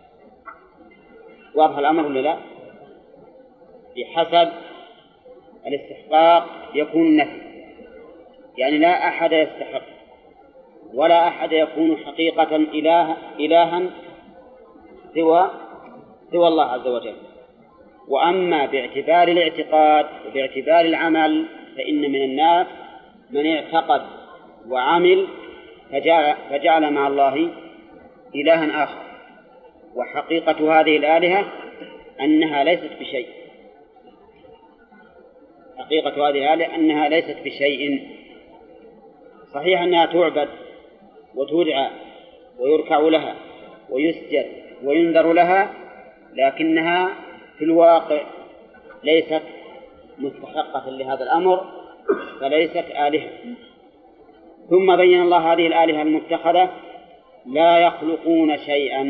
واضح الأمر ولا لا؟ بحسب الاستحقاق يكون النفي، يعني لا أحد يستحق ولا أحد يكون حقيقة إله إلها سوى سوى الله عز وجل. وأما باعتبار الاعتقاد وباعتبار العمل فإن من الناس من اعتقد وعمل فجعل, فجعل مع الله إلها آخر، وحقيقة هذه الآلهة أنها ليست بشيء، حقيقة هذه الآلهة أنها ليست بشيء. صحيح أنها تعبد وتدعى ويركع لها ويسجد وينذر لها، لكنها في الواقع ليست مستحقة لهذا الأمر، فليست آلهة. ثم بين الله هذه الآلهة المتخذة لا يخلقون شيئا،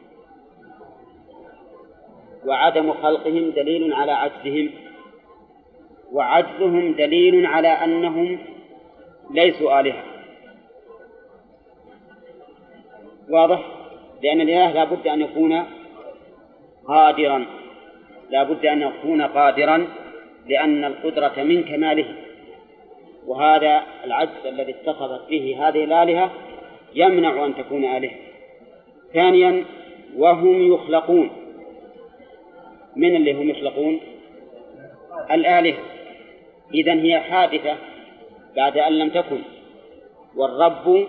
وعدم خلقهم دليل على عجزهم، وعجزهم دليل على أنهم ليسوا آلهة. واضح؟ لأن الإله لا بد أن يكون قادرا، لا بد أن يكون قادرا لأن القدرة من كماله، وهذا العجز الذي اتصفت به هذه الآلهة يمنع أن تكون آلهة. ثانيا وهم يخلقون. من اللي هم يخلقون؟ الآلهة. إذن هي حادثة بعد أن لم تكن، والرب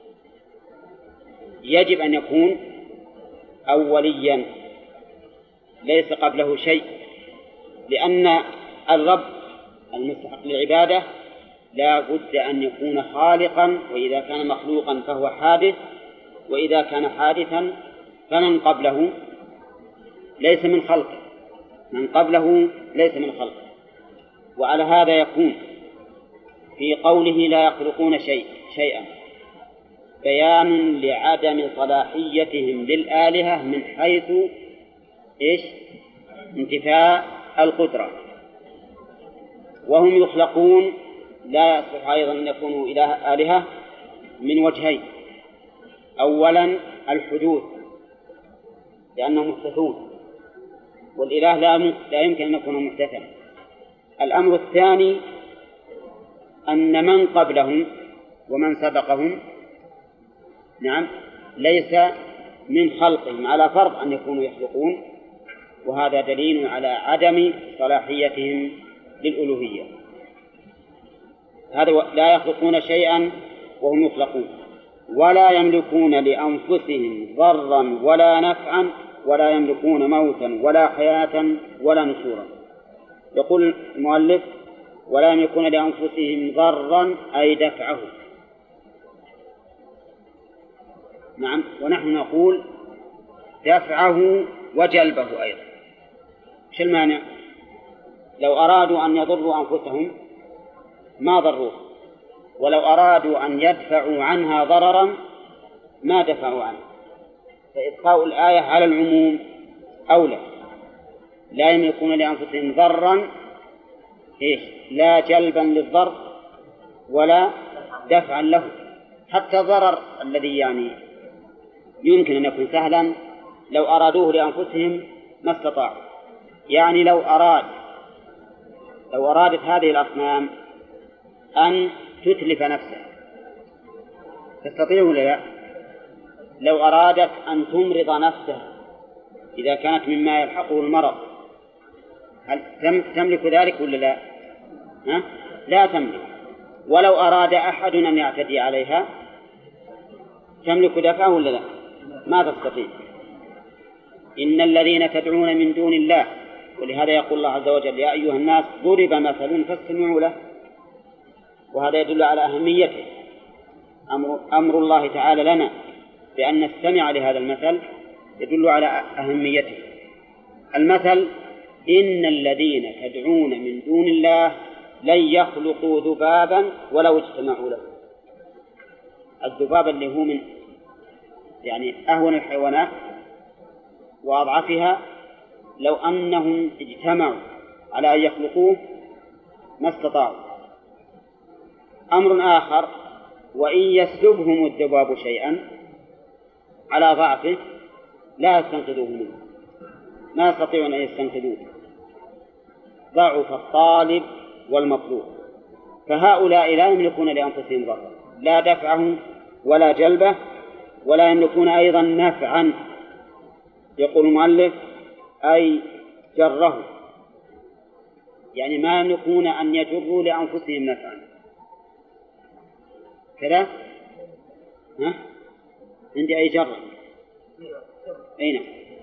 يجب أن يكون أوليا ليس قبله شيء، لأن الرب المستحق للعبادة لا بد أن يكون خالقا، وإذا كان مخلوقا فهو حادث، وإذا كان حادثا فمن قبله ليس من خلقه، من قبله ليس من خلقه. وعلى هذا يكون في قوله لا يخلقون شيء شيئا بيان لعدم صلاحيتهم للآلهة من حيث إيش؟ انتفاء القدرة. وهم يخلقون لا يصلح أيضا أن يكونوا إله آلهة من وجهين. أولا الحدوث لأنهم محدثون، والإله لا يمكن أن يكون محدثا. الأمر الثاني أن من قبلهم ومن سبقهم نعم ليس من خلقهم على فرض أن يكونوا يخلقون، وهذا دليل على عدم صلاحيتهم للألوهية. هذا لا يخلقون شيئا وهم يخلقون، ولا يملكون لأنفسهم ضرا ولا نفعا، ولا يملكون موتا ولا حياة ولا نشورا. يقول المؤلف ولا يملكون لأنفسهم ضرا أي دفعه. نعم، ونحن نقول دفعه وجلبه أيضا. شو المانع؟ لو أرادوا أن يضروا أنفسهم ما ضروه، ولو أرادوا أن يدفعوا عنها ضررا ما دفعوا عنه، فإبقاء الآية على العموم أولى. لا يملكون لأنفسهم ضرا إيش؟ لا جلبا للضر ولا دفعا له. حتى الضرر الذي يعني يمكن أن يكون سهلا لو أرادوه لأنفسهم ما استطاعوا. يعني لو أراد لو أرادت هذه الأصنام أن تتلف نفسها تستطيع ولا لا؟ لو أرادت أن تمرض نفسها إذا كانت مما يلحقه المرض هل تملك ذلك ولا لا؟ ها؟ لا تملك. ولو أراد أحد أن يعتدي عليها تملك دفعه ولا لا؟ ما تستطيع. إن الذين تدعون من دون الله، ولهذا يقول الله عز وجل يا أيها الناس ضرب مثل فاستمعوا له، وهذا يدل على أهميته. أمر, أمر الله تعالى لنا بأن نستمع لهذا المثل يدل على أهميته. المثل إن الذين تدعون من دون الله لن يخلقوا ذبابا ولو اجتمعوا له. الذباب اللي هو من يعني أهون الحيوانات وأضعفها، لو أنهم اجتمعوا على أن يخلقوه ما استطاعوا. أمر آخر وإن يسلبهم الذباب شيئا على ضعفه لا يستنقذوه منه، ما يستطيعون أن يستنقذوه، ضعف الطالب والمطلوب. فهؤلاء لا يملكون لأنفسهم ضرا، لا دفعه ولا جلبه، ولا يملكون أيضا نفعا. يقول المؤلف أي جره، يعني ما يملكون أن يجروا لأنفسهم نفعا كذا. ها؟ عندي أي جر أين؟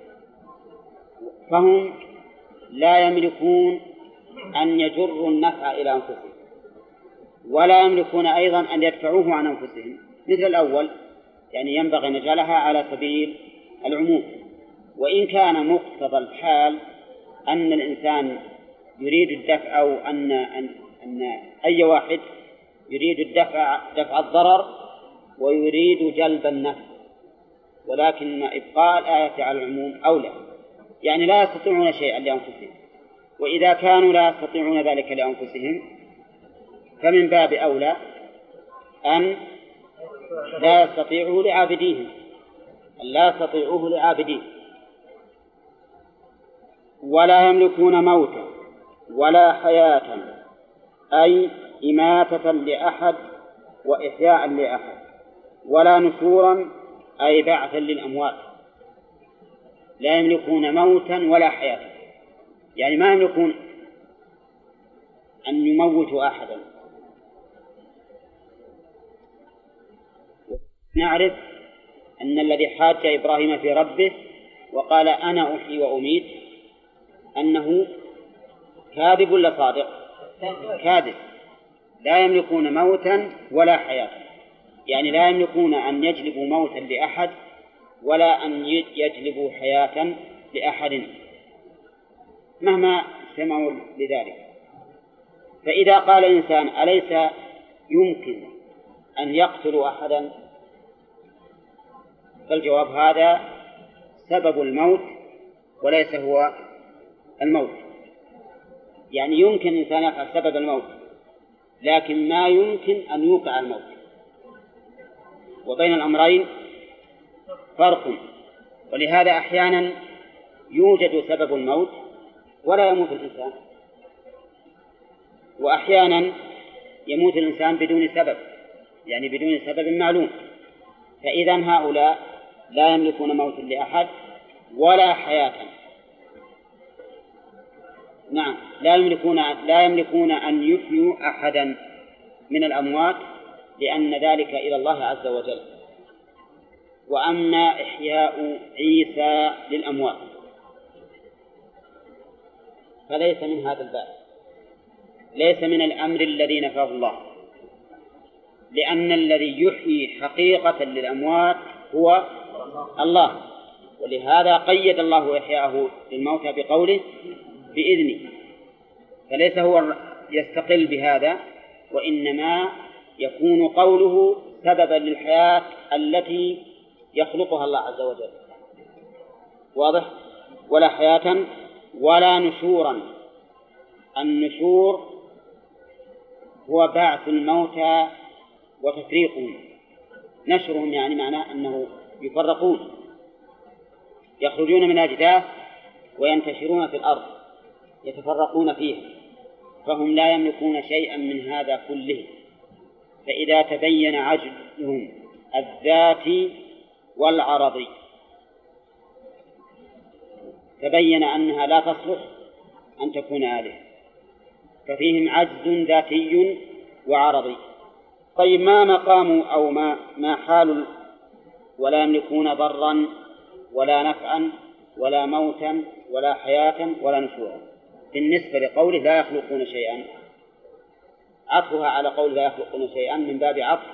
فهم لا يملكون أن يجروا النفع إلى أنفسهم، ولا يملكون أيضا أن يدفعوه عن أنفسهم مثل الأول، يعني ينبغي نجعلها على سبيل العموم. وإن كان مقتضى الحال أن الإنسان يريد الدفع، أو أن, أن, أن أي واحد يريد الدفع دفع الضرر ويريد جلب النفع، ولكن إبقاء الآية على العموم أولى. يعني لا يستطيعون شيئا لأنفسهم، وإذا كانوا لا يستطيعون ذلك لأنفسهم فمن باب أولى أن لا يستطيعوا لعابديهم، لا يستطيعوه لعابديه. ولا يملكون موتا ولا حياة أي إماتة لأحد وإحياء لأحد، ولا نشورا أي بعثا للأموات. لا يملكون موتا ولا حياة، يعني ما يملكون أن يموتوا أحدا. نعرف أن الذي حاج إبراهيم في ربه وقال أنا أحيي وأميت أنه كاذب ولا صادق؟ كاذب. لا يملكون موتا ولا حياة، يعني لا يملكون أن يجلبوا موتا لأحد ولا أن يجلبوا حياة لأحد مهما سمعوا لذلك. فإذا قال إنسان أليس يمكن أن يقتلوا أحدا؟ فالجواب هذا سبب الموت وليس هو الموت. يعني يمكن إنسان يفعل سبب الموت لكن ما يمكن أن يوقع الموت، وبين الأمرين فرق. ولهذا أحيانا يوجد سبب الموت ولا يموت الإنسان، وأحيانا يموت الإنسان بدون سبب، يعني بدون سبب معلوم. فإذا هؤلاء لا يملكون موت لأحد ولا حياة. نعم، لا يملكون لا يملكون أن يحيوا أحدا من الأموات، لأن ذلك إلى الله عز وجل. وأما إحياء عيسى للأموات فليس من هذا الباب، ليس من الأمر الذي نفاه الله، لأن الذي يحيي حقيقة للأموات هو الله. ولهذا قيد الله إحياءه للموتى بقوله بإذنه، فليس هو يستقل بهذا، وإنما يكون قوله سببا للحياة التي يخلقها الله عز وجل. واضح؟ ولا حياة ولا نشورا. النشور هو بعث الموتى وتفريقهم. نشرهم يعني معناه أنه يفرقون، يخرجون من الأجداث وينتشرون في الأرض، يتفرقون فيه، فهم لا يملكون شيئا من هذا كله. فإذا تبين عجزهم الذاتي والعرضي تبين أنها لا تصلح أن تكون آلهة، ففيهم عجز ذاتي وعرضي. طيب، ما مقام أو ما ما حال ولا يملكون ضرا ولا نفعا ولا موتا ولا حياة ولا نشورا بالنسبة لقوله لا يخلقون شيئا؟ عطفها على قول لا يخلقون شيئا من باب عطف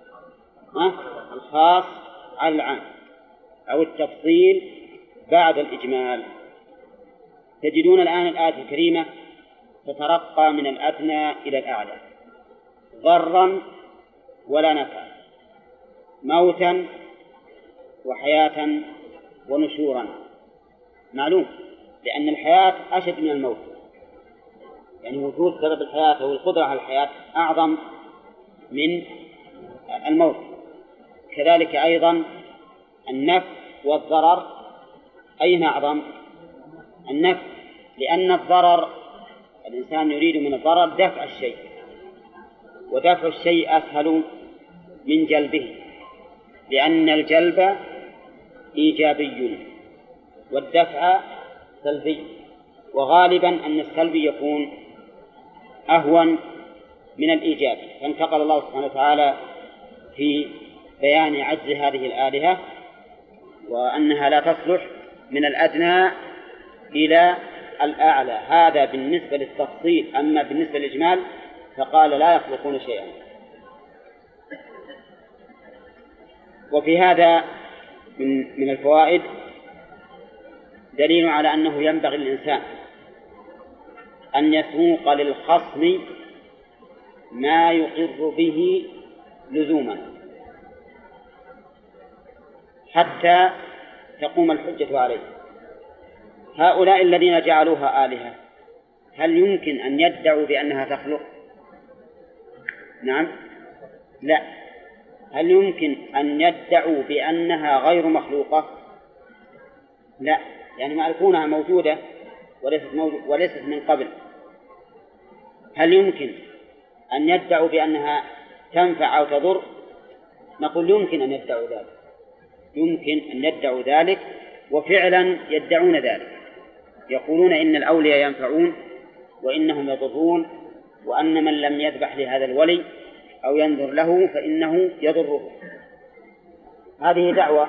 الخاص على العام أو التفصيل بعد الإجمال. تجدون الآن الآية الكريمة تترقى من الأدنى إلى الأعلى: ضرا ولا نفعا، موتا وحياة ونشورا. معلوم، لأن الحياة أشد من الموت، يعني وجود سبب الحياة والقدرة على الحياة أعظم من الموت. كذلك أيضا النفع والضرر أين أعظم؟ النفع، لأن الضرر الإنسان يريد من الضرر دفع الشيء، ودفع الشيء أسهل من جلبه، لأن الجلب إيجابي والدفع سلبي، وغالبا أن السلبي يكون أهون من الإيجاب. فانتقل الله سبحانه وتعالى في بيان عجز هذه الآلهة وأنها لا تصلح من الأدنى إلى الأعلى. هذا بالنسبة للتفصيل. أما بالنسبة للإجمال فقال لا يخلقون شيئا. وفي هذا من من الفوائد دليل على أنه ينبغي للإنسان أن يسوق للخصم ما يقر به لزوما حتى تقوم الحجة عليه. هؤلاء الذين جعلوها آلهة هل يمكن أن يدعوا بأنها تخلق؟ نعم، لا. هل يمكن أن يدعوا بأنها غير مخلوقة؟ لا، يعني معرفونها موجودة وليست, موجود وليست من قبل. هل يمكن أن يدعوا بأنها تنفع أو تضر؟ نقول يمكن أن يدعوا ذلك، يمكن أن يدعوا ذلك، وفعلا يدعون ذلك. يقولون إن الأولياء ينفعون وإنهم يضرون، وأن من لم يذبح لهذا الولي أو ينذر له فإنه يضره. هذه دعوة.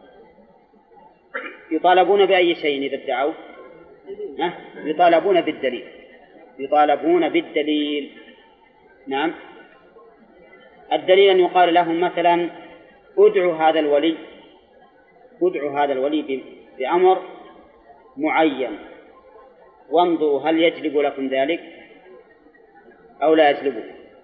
يطالبون بأي شيء إذا ادعوا؟ يطالبون بالدليل، يطالبون بالدليل. نعم، الدليل أن يقال لهم مثلا ادعوا هذا الولي، ادعوا هذا الولي بأمر معين وانظروا هل يجلب لكم ذلك أو لا يجلبه.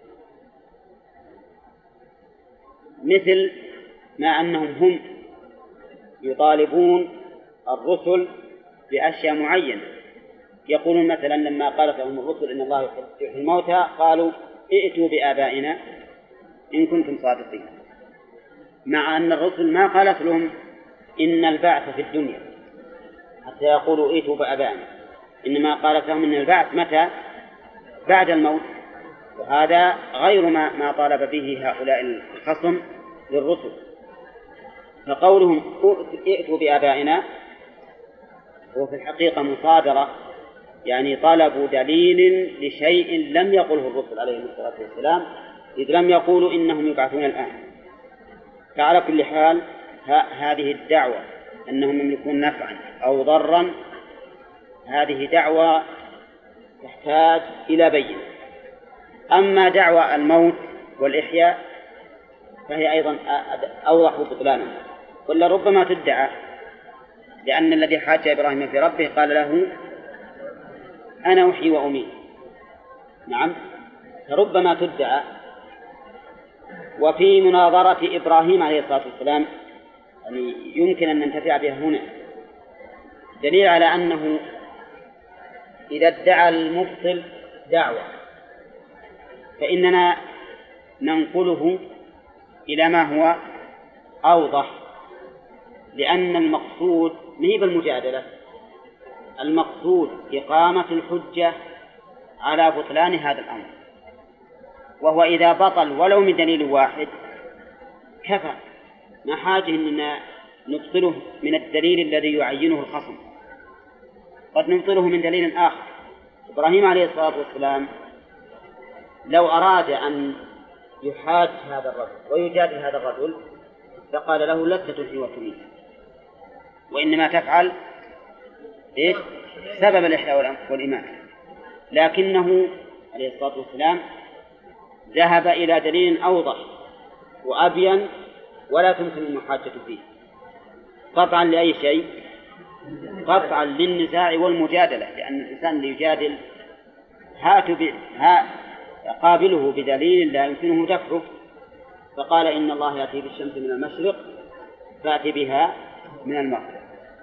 مثل ما أنهم هم يطالبون الرسل بأشياء معينة. يقولون مثلا لما قالت لهم الرسل إن الله يحيي الموتى قالوا ائتوا بآبائنا إن كنتم صادقين، مع أن الرسل ما قالت لهم إن البعث في الدنيا حتى يقولوا ائتوا بآبائنا، إنما قالت لهم إن البعث متى؟ بعد الموت، وهذا غير ما ما طالب به هؤلاء الخصم للرسل. فقولهم ائتوا بآبائنا هو في الحقيقة مصادرة، يعني طلبوا دليل لشيء لم يقله الرسل عليهم الصلاة والسلام، إذ لم يقولوا إنهم يبعثون الآن. فعلى كل حال هذه الدعوة أنهم يملكون نفعا أو ضرا هذه دعوة تحتاج إلى بينة. أما دعوة الموت والإحياء فهي أيضا أوضح بطلانا، ولا ربما تدعى، لأن الذي حاج إبراهيم في ربه قال له أنا أحيي وأميت. نعم، فربما تدعى. وفي مناظرة إبراهيم عليه الصلاة والسلام يعني يمكن أن ننتفع بها هنا دليل على أنه إذا ادعى المبطل دعوة فإننا ننقله إلى ما هو أوضح، لأن المقصود مهي بالمجادلة، المقصود إقامة الحجة على بطلان هذا الأمر، وهو إذا بطل ولو من دليل واحد كفى، ما حاجة أننا نبطله من الدليل الذي يعينه الخصم، قد نبطله من دليل آخر. إبراهيم عليه الصلاة والسلام لو أراد أن يحاج هذا الرجل ويجادل هذا الرجل فقال له لست تحيي وتميت، وإنما تفعل إيش؟ سبب الإحياء والإماتة. لكنه عليه الصلاة والسلام ذهب إلى دليل أوضح وأبين ولا تمكن المحاجة فيه، قطعا لأي شيء؟ قطعا للنزاع والمجادلة، لأن الإنسان اللي يجادل هات ب... ها قابله بدليل لا يمكنه دفعه، فقال إن الله يأتي بالشمس من المشرق فأتي بها من المغرب.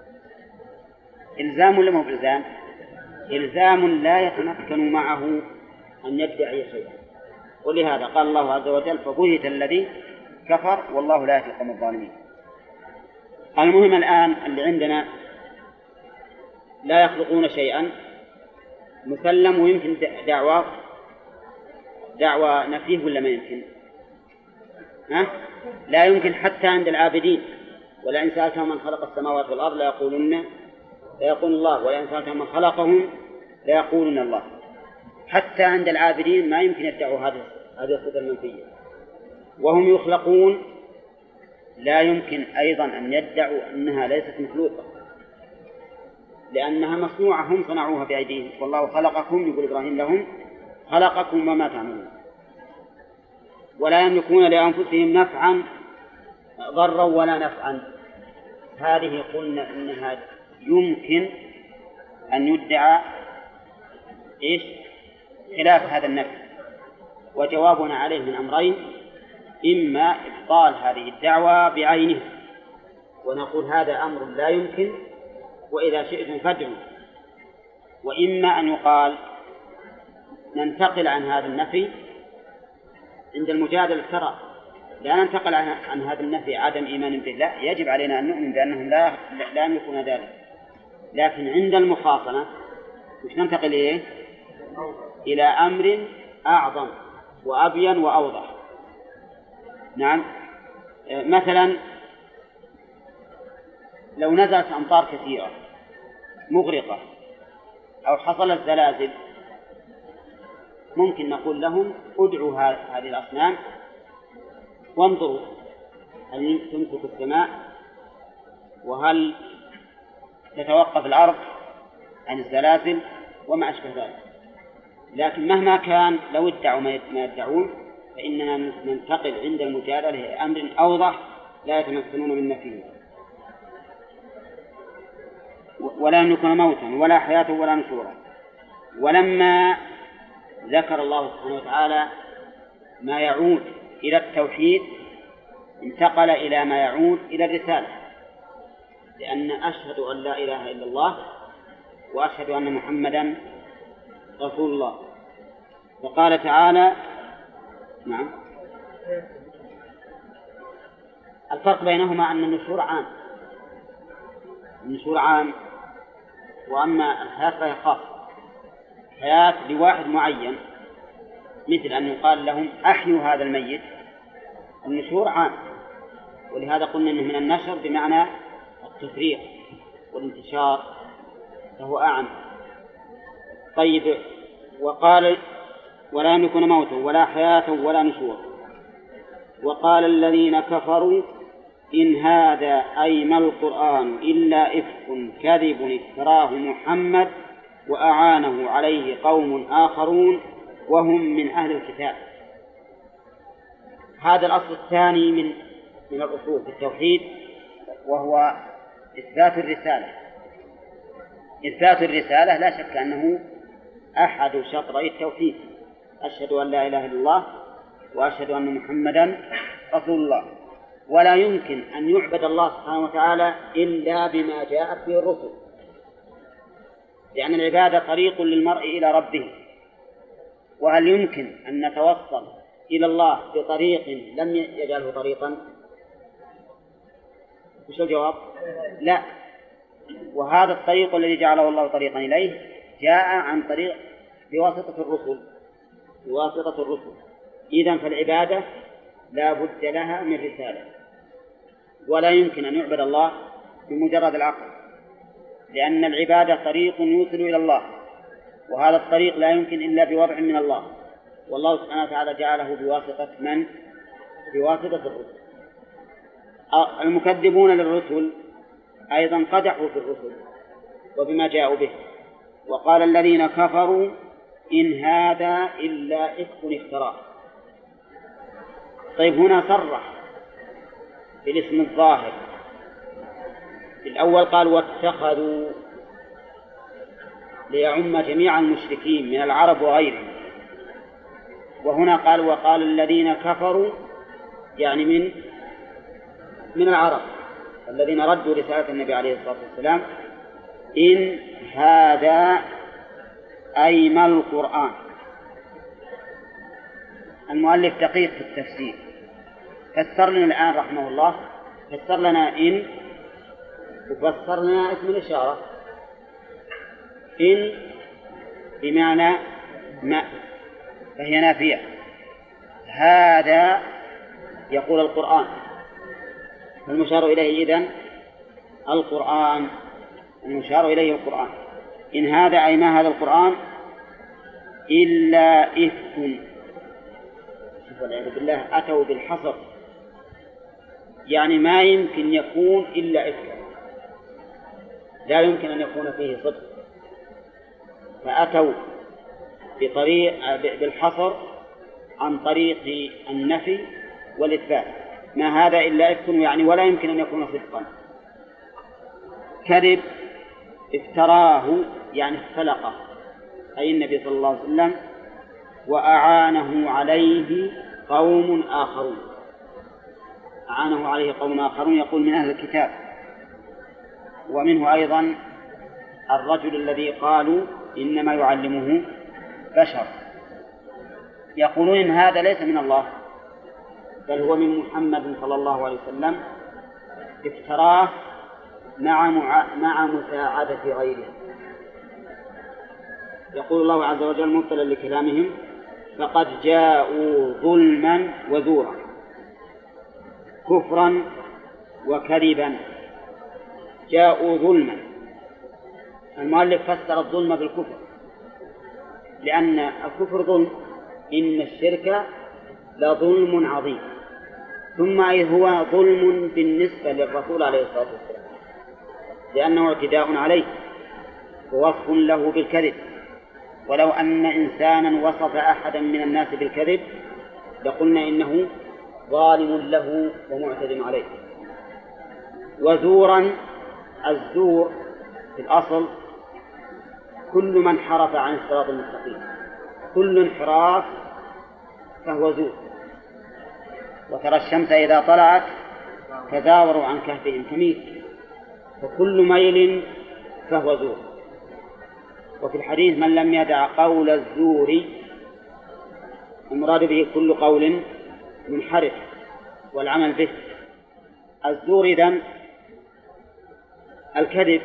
إلزام ولا مو بإلزام؟ إلزام لا يتمكن معه أن يدعي شيئا، ولهذا قال الله عز وجل فبهت الذي كفر والله لا يهدي القوم الظالمين. المهم الآن اللي عندنا لا يخلقون شيئا مسلم، ويمكن دعوة دعوة نفيه ولا ما يمكن؟ ها؟ لا يمكن حتى عند العابدين، ولئن سألتهم من خلق السماوات والأرض لا يقولون لا يقول الله، ولئن سألتهم من خلقهم لا يقولون الله. حتى عند العابدين ما يمكن يدعوا هذه هذه الصفة المنفية، وهم يخلقون لا يمكن أيضا أن يدعوا أنها ليست مخلوقة، لأنها مصنوعة، هم صنعوها بأيديهم، والله خلقكم، يقول إبراهيم لهم خلقكم وما تعملون. ولا يملكون لأنفسهم نفعا ضرا ولا نفعا، هذه قلنا إنها يمكن أن يدعى إيش؟ خلاف هذا النفي، وجوابنا عليه من أمرين: إما إبطال هذه الدعوة بعينه ونقول هذا أمر لا يمكن وإذا شئتم فادعوا، وإما أن يقال ننتقل عن هذا النفي عند المجادلة، ترى لا ننتقل عن هذا النفي عدم إيمان به، لا، يجب علينا أن نؤمن بأنهم لا لا يملكون ذلك، لكن عند المخاصمة مش ننتقل إليه إلى أمر أعظم وأبين وأوضح. نعم، مثلا لو نزلت أمطار كثيرة مغرقة أو حصلت زلازل، ممكن نقول لهم ادعوا هذه الأصنام وانظروا هل تمسك السماء وهل تتوقف الأرض عن الزلازل وما أشبه ذلك. لكن مهما كان لو ادعوا ما يدعون فإننا ننتقل عند المجادلة لأمر أوضح لا يتمكنون من نفيه، ولا يملكون موتا ولا حياة ولا نشورا. ولما ذكر الله سبحانه وتعالى ما يعود إلى التوحيد انتقل إلى ما يعود إلى الرسالة، لأن أشهد أن لا إله إلا الله وأشهد أن محمدا رسول الله. وقال تعالى نعم. الفرق بينهما أن النشور عام، النشور عام، وأما الحياة فهي خاصة، حياة لواحد معين، مثل أن يقال لهم أحيوا هذا الميت. النشور عام، ولهذا قلنا أنه من النشر بمعنى التفريق والانتشار، فهو أعم. طيب، وقال ولا يملكون موتا ولا حياة ولا نشور. وقال الذين كفروا إن هذا أي ما القرآن إلا إفك كذب افتراه محمد وأعانه عليه قوم آخرون وهم من أهل الكتاب. هذا الأصل الثاني من من الأصول في التوحيد، وهو إثبات الرسالة. إثبات الرسالة لا شك أنه أحد شطري التوحيد، أشهد أن لا إله إلا الله وأشهد أن محمدا رسول الله. ولا يمكن أن يعبد الله سبحانه وتعالى إلا بما جاءت به الرسل، لأن العبادة طريق للمرء إلى ربه. وهل يمكن أن نتوصل إلى الله بطريق لم يجعله طريقا؟ وش الجواب؟ لا. وهذا الطريق الذي جعله الله طريقا إليه جاء عن طريق بواسطة الرسل، بواسطة الرسل. إذن فالعبادة لا بد لها من رسالة، ولا يمكن أن يعبد الله بمجرد العقل، لأن العبادة طريق يوصل إلى الله، وهذا الطريق لا يمكن إلا بوضع من الله، والله سبحانه وتعالى جعله بواسطة من؟ بواسطة الرسل. المكذبون للرسل أيضا قدحوا في الرسل وبما جاءوا به. وقال الذين كفروا إن هذا إلا إفك افتراه. طيب، هنا صرح بالاسم الظاهر. الأول قال واتخذوا ليعم جميع المشركين من العرب وغيرهم، وهنا قال وقال الذين كفروا يعني من من العرب الذين ردوا رسالة النبي عليه الصلاة والسلام. إن هذا أي ما القرآن. المؤلف دقيق في التفسير، فسر لنا الآن رحمه الله، فسر لنا إن وفسر لنا اسم الإشارة. إن بمعنى ما، فهي نافية. هذا يقول القرآن، المشار إليه إذن القرآن، المشار إليه القرآن. إن هذا أي ما هذا القرآن إلا إفك. والعياذ بالله أتوا بالحصر، يعني ما يمكن يكون إلا إفك، لا يمكن أن يكون فيه صدق، فأتوا بطريق بالحصر عن طريق النفي والإثبات. ما هذا إلا إفك، يعني ولا يمكن أن يكون صدقا. كذب افتراه يعني اختلقه، أي النبي صلى الله عليه وسلم، وأعانه عليه قوم آخرون. أعانه عليه قوم آخرون يقول من أهل الكتاب، ومنه أيضا الرجل الذي قالوا إنما يعلمه بشر، يقولون إن هذا ليس من الله بل هو من محمد صلى الله عليه وسلم، افتراه مع مع مساعدة غيره. يقول الله عز وجل مبطلا لكلامهم فقد جاءوا ظلما وزورا، كفرا وكذبا. جاءوا ظلما، المؤلف فسر الظلم بالكفر، لأن الكفر ظلم، إن الشرك لظلم عظيم، ثم هو ظلم بالنسبة للرسول عليه الصلاة والسلام، لأنه اعتداء عليه ووصف له بالكذب. ولو أن إنسانا وصف أحدا من الناس بالكذب لقلنا إنه ظالم له ومعتد عليه. وزورا، الزور في الأصل كل من انحرف عن الصراط المستقيم، كل انحراف فهو زور. وترى الشمس إذا طلعت تزاوروا عن كهفهم تميل، فكل ميل فهو زور. وفي الحديث من لم يدع قول الزور المراد به كل قول منحرف والعمل به. الزور إذن الكذب،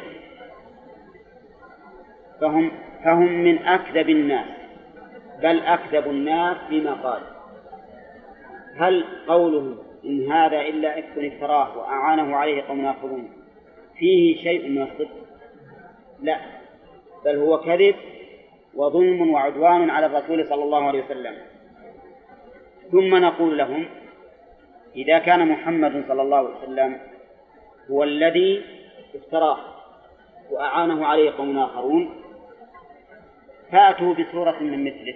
فهم, فهم من أكذب الناس، بل أكذب الناس بما قال. هل قولهم إن هذا إلا إفك افتراه وأعانه عليه قوم آخرون فيه شيء من الصدق؟ لا، بل هو كذب وظلم وعدوان على الرسول صلى الله عليه وسلم. ثم نقول لهم إذا كان محمد صلى الله عليه وسلم هو الذي افتراه وأعانه عليه قوم آخرون فأتوا بسورة من مثله،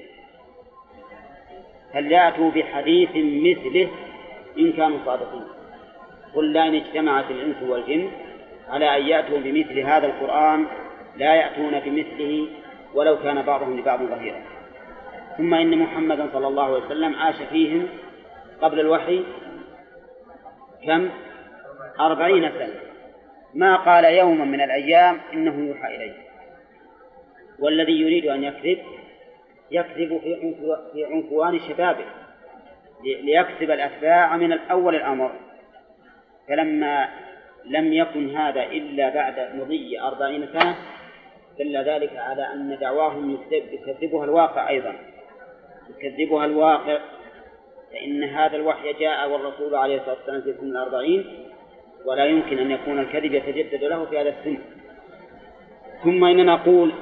فليأتوا بحديث مثله إن كانوا صادقين. قل لا إن اجتمعت الإنس والجن على أن يأتوا بمثل هذا القرآن لا يأتون بمثله ولو كان بعضهم لبعض ظهيرا. ثم إن محمدا صلى الله عليه وسلم عاش فيهم قبل الوحي كم؟ أربعين سنة، ما قال يوما من الأيام إنه يوحى إليه. والذي يريد أن يكذب يكذب في عنفوان شبابه ليكسب الأتباع من الأول الأمر. فلما لم يكن هذا إلا بعد مضي أربعين سنة دل ذلك على أن دعواهم يكذبها الواقع أيضا، يكذبها الواقع، فإن هذا الوحي جاء والرسول عليه الصلاة والسلام في سن الأربعين، ولا يمكن أن يكون الكذب يتجدد له في هذا السن. ثم إننا نقول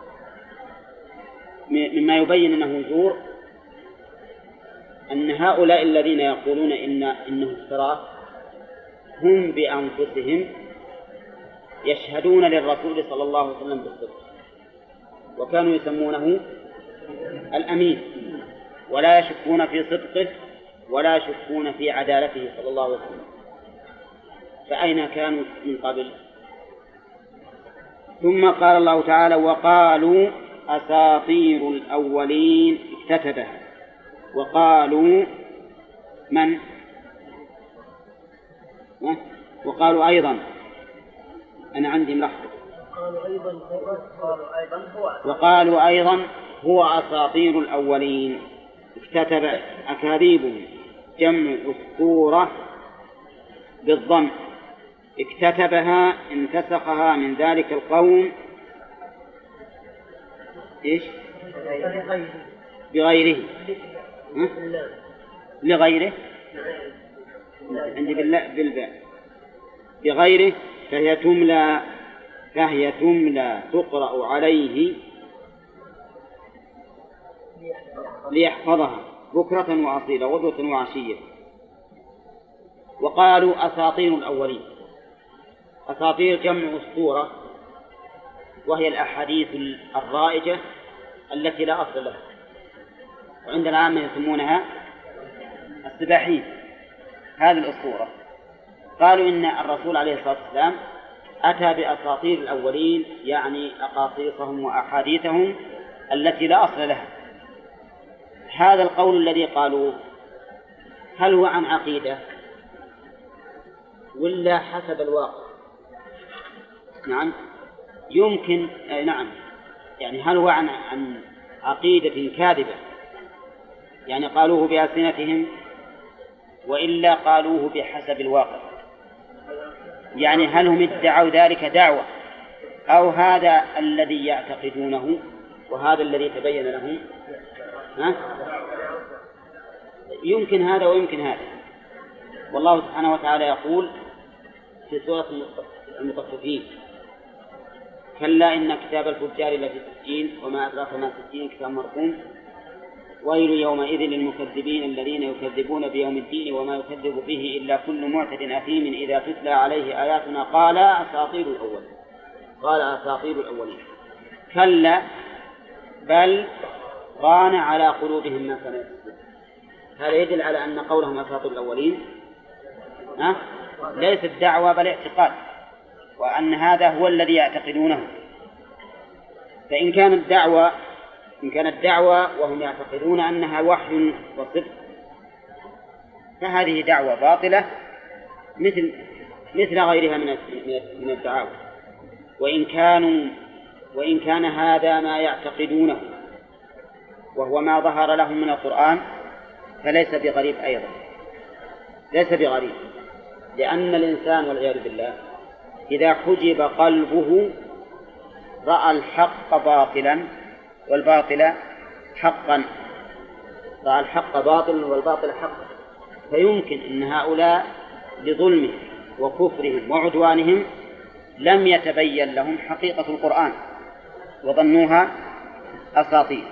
مما يبين أنه زور أن هؤلاء الذين يقولون إن إنه افتراء هم بأنفسهم يشهدون للرسول صلى الله عليه وسلم بالصدق، وكانوا يسمونه الأمين، ولا يشكون في صدقه ولا يشكون في عدالته صلى الله عليه وسلم. فأين كانوا من قبل؟ ثم قال الله تعالى وقالوا أساطير الأولين اكتتبها. وقالوا من؟ وقالوا أيضا، أنا عندي ملخص، وقالوا أيضا هو أساطير الأولين اكتتب أكاذيبهم، جمع أسطورة بالضم، اكتتبها انتسخها من ذلك القوم إيش؟ بغيره. ها؟ لغيره عندي بالباء بغيره، فهي تملى فهي تملى تقرأ عليه ليحفظها بكرة وأصيلا غدوة وعشية. وقالوا أساطير الأولين، أساطير جمع أسطورة، وهي الأحاديث الرائجة التي لا أصل لها، وعند العامة يسمونها السباحين. هذه الأسطورة قالوا إن الرسول عليه الصلاة والسلام أتى بأساطير الأولين، يعني أقاصيصهم وأحاديثهم التي لا أصل لها. هذا القول الذي قالوه هل هو عن عقيدة ولا حسب الواقع؟ نعم يمكن، نعم يعني هل هو عن عن عقيدة كاذبة يعني قالوه بألسنتهم، وإلا قالوه بحسب الواقع؟ يعني هل هم ادعوا ذلك دعوة، أو هذا الذي يعتقدونه وهذا الذي تبين لهم؟ ها؟ يمكن هذا ويمكن هذا. والله سبحانه وتعالى يقول في سورة المطففين كلا إن كتاب الفجار لفي سجين وما أدراك ما سجين كتاب مرقوم ويل يومئذ للمكذبين الذين يكذبون بيوم الدين وما يكذب به إلا كل معتد أثيم إذا تتلى عليه آياتنا قال أساطير الأولين قال أساطير الأولين كلا بل ران على قلوبهم ما كانوا يكذبون. هذا يدل على أن قولهم أساطير الأولين أه؟ ليست دعوة بل اعتقاد، وأن هذا هو الذي يعتقدونه. فإن كانت دعوة إن كانت دعوة وهم يعتقدون أنها وحي وصدق فهذه دعوة باطلة مثل مثل غيرها من من الدعاوى. وإن كانوا وإن كان هذا ما يعتقدونه وهو ما ظهر لهم من القرآن فليس بغريب أيضا، ليس بغريب، لأن الإنسان والعياذ بالله إذا حجب قلبه رأى الحق باطلا والباطل حقا، رأى الحق باطلا والباطل حقا، فيمكن أن هؤلاء بظلمهم وكفرهم وعدوانهم لم يتبين لهم حقيقة القرآن وظنوها أساطير.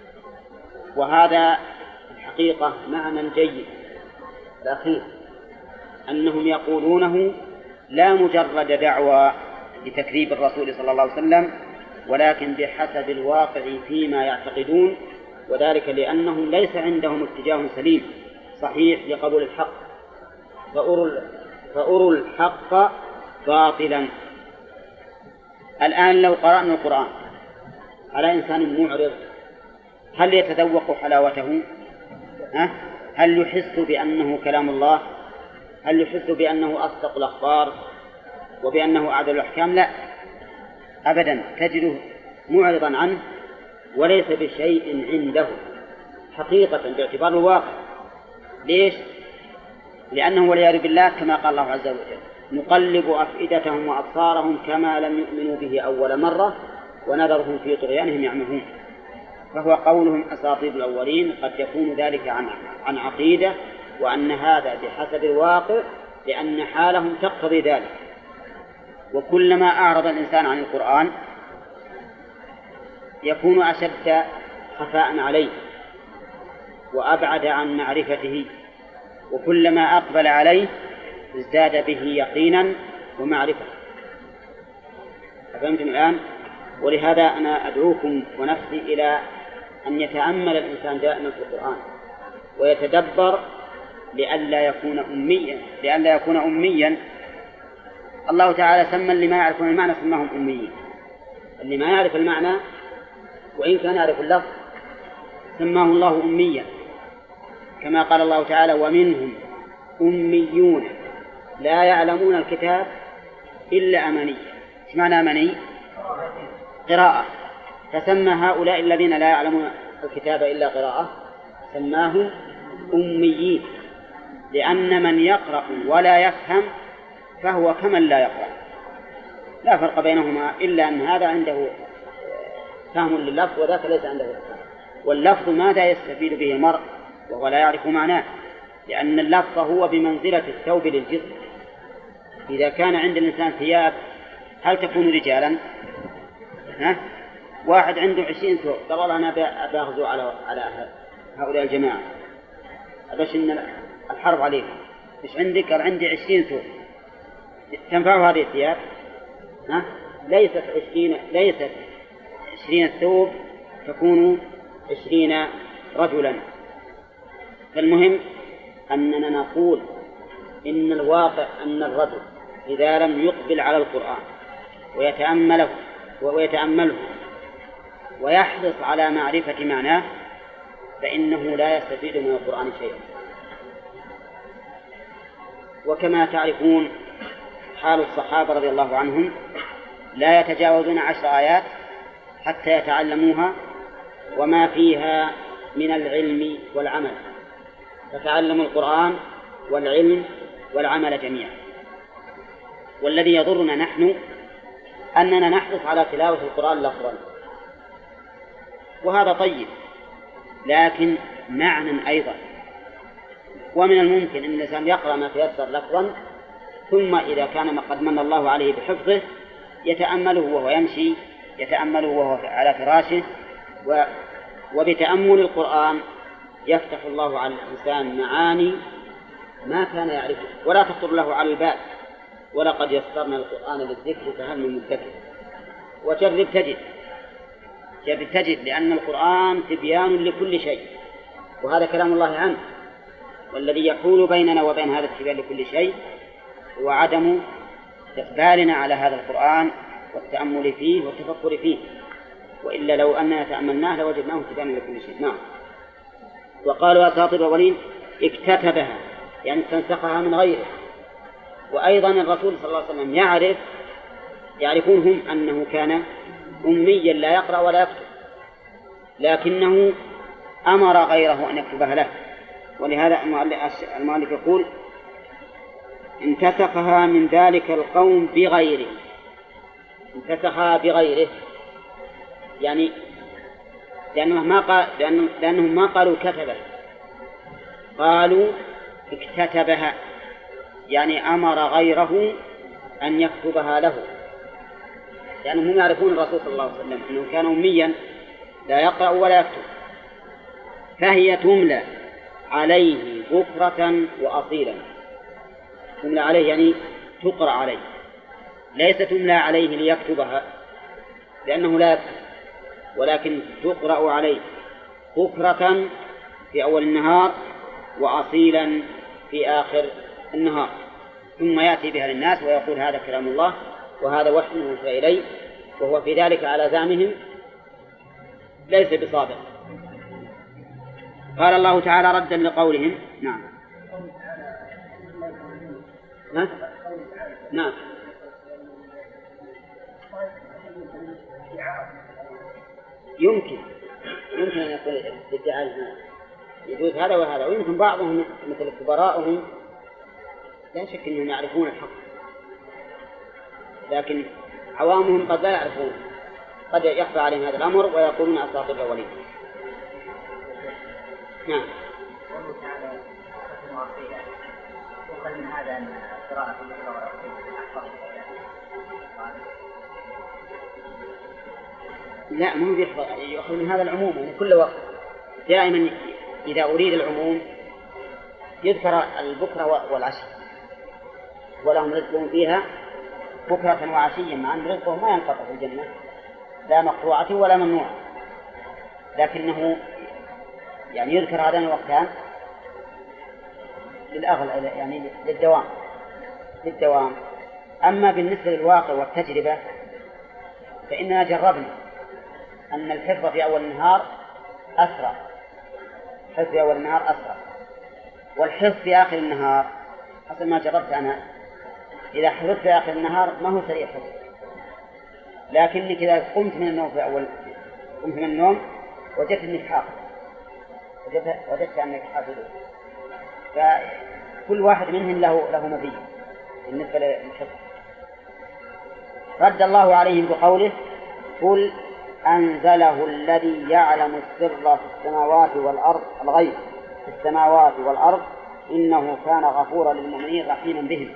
وهذا الحقيقة معنى جيد الأخير أنهم يقولونه لا مجرد دعوى لتكذيب الرسول صلى الله عليه وسلم، ولكن بحسب الواقع فيما يعتقدون، وذلك لأنهم ليس عندهم اتجاه سليم صحيح لقبول الحق، فأروا فأروا الحق باطلا. الآن لو قرأنا القرآن على إنسان معرض هل يتذوق حلاوته؟ ها؟ هل يحس بأنه كلام الله؟ هل يحس بأنه أصدق الأخبار وبأنه أعدل الأحكام؟ لا أبدا، تجده معرضا عنه وليس بشيء عنده حقيقة باعتبار الواقع. ليش؟ لأنه والعياذ بالله كما قال الله عز وجل نقلب أفئدتهم وأبصارهم كما لم يؤمنوا به أول مرة ونذرهم في طغيانهم يعمهون. فهو قولهم أساطير الأولين قد يكون ذلك عن عن عقيدة، وأن هذا بحسب الواقع لأن حالهم تقتضي ذلك. وكلما أعرض الإنسان عن القرآن يكون أشد خفاء عليه وأبعد عن معرفته، وكلما أقبل عليه ازداد به يقينا ومعرفة. أفهمتم الآن؟ ولهذا أنا أدعوكم ونفسي إلى أن يتأمل الإنسان دائما في القرآن ويتدبر لئلا يكون أميا لئلا يكون أميا. الله تعالى سمى اللي ما يعرفون المعنى سماهم أميين، اللي ما يعرف المعنى وإن كان يعرف اللفظ سماه الله أميا، كما قال الله تعالى ومنهم أميون لا يعلمون الكتاب إلا أماني. إيش معنى أماني؟ قراءة. فسمى هؤلاء الذين لا يعلمون الكتاب إلا قراءة سماهم أميين، لأن من يقرأ ولا يفهم فهو كمن لا يقرأ، لا فرق بينهما إلا أن هذا عنده فهم لللفظ وذاك ليس عنده فهم. واللفظ ماذا يستفيد به المرء وهو لا يعرف معناه؟ لأن اللفظ هو بمنزلة الثوب للجسم. إذا كان عند الإنسان ثياب هل تكون رجالا؟ ها؟ واحد عنده عشرين ثوب قال والله أنا أبغزو على على هؤلاء الجماعة أبش إن الحرب عليهم، إيش عندك؟ قال عندي عشرين ثوب. تنفع هذه الثياب؟ ها؟ ليست عشرين ليست عشرين ثوب تكون عشرين رجلا. فالمهم أننا نقول إن الواقع أن الرجل إذا لم يقبل على القرآن ويتأمله ويتأمله ويحرص على معرفة معناه فإنه لا يستفيد من القرآن شيئا. وكما تعرفون حال الصحابة رضي الله عنهم لا يتجاوزون عشر آيات حتى يتعلموها وما فيها من العلم والعمل، فتعلموا القرآن والعلم والعمل جميعا. والذي يضرنا نحن أننا نحرص على تلاوة القرآن لفظا، وهذا طيب لكن معنى أيضا. ومن الممكن أن الإنسان يقرأ ما تيسر لفظا ثم إذا كان قد من الله عليه بحفظه يتأمله وهو يمشي، يتأمله وهو على فراشه، وبتأمل القرآن يفتح الله على الإنسان معاني ما كان يعرفه ولا تخطر له على البال. ولقد يسرنا القرآن للذكر فهل من مدكر. وجرب تجد جرب تجد لأن القرآن تبيان لكل شيء، وهذا كلام الله عنه. والذي يحول بيننا وبين هذا التبيان لكل شيء هو عدم إقبالنا على هذا القرآن والتأمل فيه والتفكر فيه، وإلا لو أننا تأملناه لوجدناه تبيانا لكل شيء. نعم. وقالوا أساطير الأولين اكتتبها يعني استنسخها من غيره. وأيضا الرسول صلى الله عليه وسلم يعرف يعرفون هم أنه كان أميا لا يقرأ ولا يكتب، لكنه أمر غيره أن يكتبها له ولهذا المؤلف يقول انتسخها من ذلك القوم بغيره. انتسخها بغيره يعني لأنهم ما قال لأنهم, لأنهم ما قالوا كتبه، قالوا اكتتبها، يعني أمر غيره أن يكتبها له، لأنهم يعرفون الرسول صلى الله عليه وسلم أنه كان أميا لا يقرأ ولا يكتب، فهي تملى عليه بكرة وأصيلا. تملى عليه يعني تقرأ عليه، ليس تملى عليه ليكتبها لأنه لا يكتب، ولكن تقرأ عليه بكرة في أول النهار وأصيلا في آخر النهار، ثم يأتي بها للناس ويقول هذا كلام الله وهذا وحي موحى إليه، وهو في ذلك على زعمهم ليس بصادق. قال الله تعالى ردا لقولهم. نعم ها؟ نعم يمكن يمكن أن يقول الادعاء يجوز هذا وهذا، ويمكن بعضهم مثل كبراءهم لا شك أنهم يعرفون الحق، لكن عوامهم قد لا يعرفون، قد يخفى عليهم هذا الأمر ويقولون أساطير الأولين. نعم. وقال من هذا أن قراءة لا مو بيحفظ، يأخذ من هذا العموم يعني كل وقت. دائما إذا أريد العموم يذكر البكرة والعشي، ولهم رزقهم فيها بكرة وعشيا، مع أن رزقهم ما ينقطع في الجنة لا مقطوعة ولا ممنوعة، لكنه يعني يذكر هذان الوقتان للأغلب يعني للدوام للدوام. أما بالنسبة للواقع والتجربة فإننا جربنا أن الحفظ في أول النهار أسرع، الحفظ في أول النهار أسرع، والحفظ في آخر النهار حسب ما جربت أنا إذا حفظت في آخر النهار ما هو سريع حفظ، لكنك إذا قمت من النوم في أول قمت من النوم وجدت أنك حافظ، وجدت, وجدت أنك حافظ، فكل واحد منهم له له مزية بالنسبة للحفظ. رد الله عليهم بقوله قل أنزله الذي يعلم السر في السماوات والأرض، الغيب في السماوات والأرض إنه كان غفورا للمؤمنين رحيما بهم.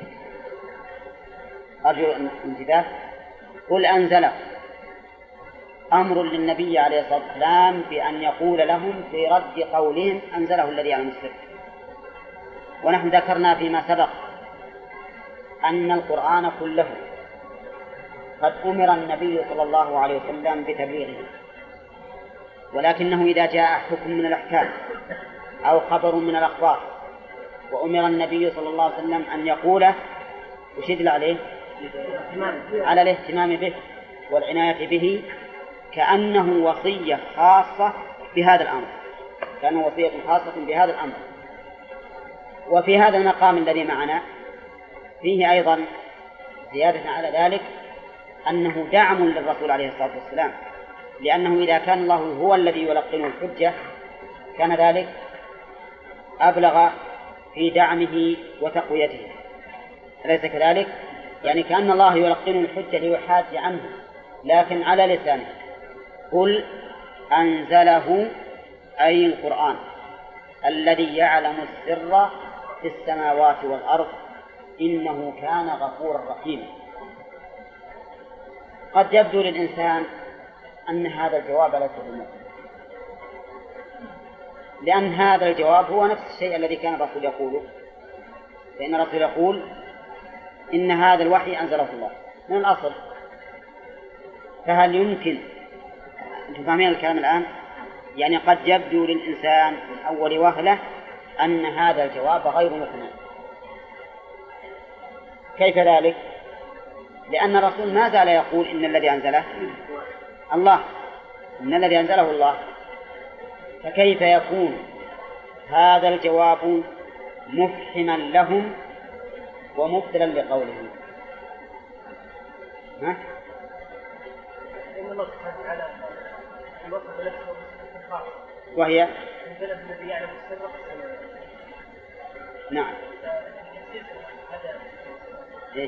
أرجو الانتباه. قل أنزله أمر للنبي عليه الصلاة والسلام بأن يقول لهم في رد قولهم أنزله الذي يعلم السر. ونحن ذكرنا فيما سبق أن القرآن كله قد أمر النبي صلى الله عليه وسلم بتبليغه، ولكنه إذا جاء حكم من الأحكام أو خبر من الأخبار وأمر النبي صلى الله عليه وسلم أن يقوله وشدل عليه على الاهتمام به والعناية به كأنه وصية خاصة بهذا الأمر، كأنه وصية خاصة بهذا الأمر. وفي هذا المقام الذي معنا فيه أيضا زيادة على ذلك أنه دعم للرسول عليه الصلاة والسلام، لأنه إذا كان الله هو الذي يلقنه الحجة كان ذلك أبلغ في دعمه وتقويته، أليس كذلك؟ يعني كأن الله يلقنه الحجة ليحاج عنه لكن على لسانه. قل أنزله أي القرآن الذي يعلم السر في السماوات والأرض إنه كان غفورا رحيما. قد يبدو للإنسان أن هذا الجواب ليس بمثل، لأن هذا الجواب هو نفس الشيء الذي كان الرسول يقوله، فإن الرسول يقول إن هذا الوحي أنزله الله من الأصل. فهل يمكن أنتم فاهمين الكلام الآن؟ يعني قد يبدو للإنسان من أول وهلة أن هذا الجواب غير محتمل. كيف ذلك؟ لأن الرسول ما زال يقول إن الذي أنزله الله، إن الذي أنزله الله، فكيف يكون هذا الجواب مفهما لهم ومبطلا لقولهم؟ ها؟ وهي نعم. إيه؟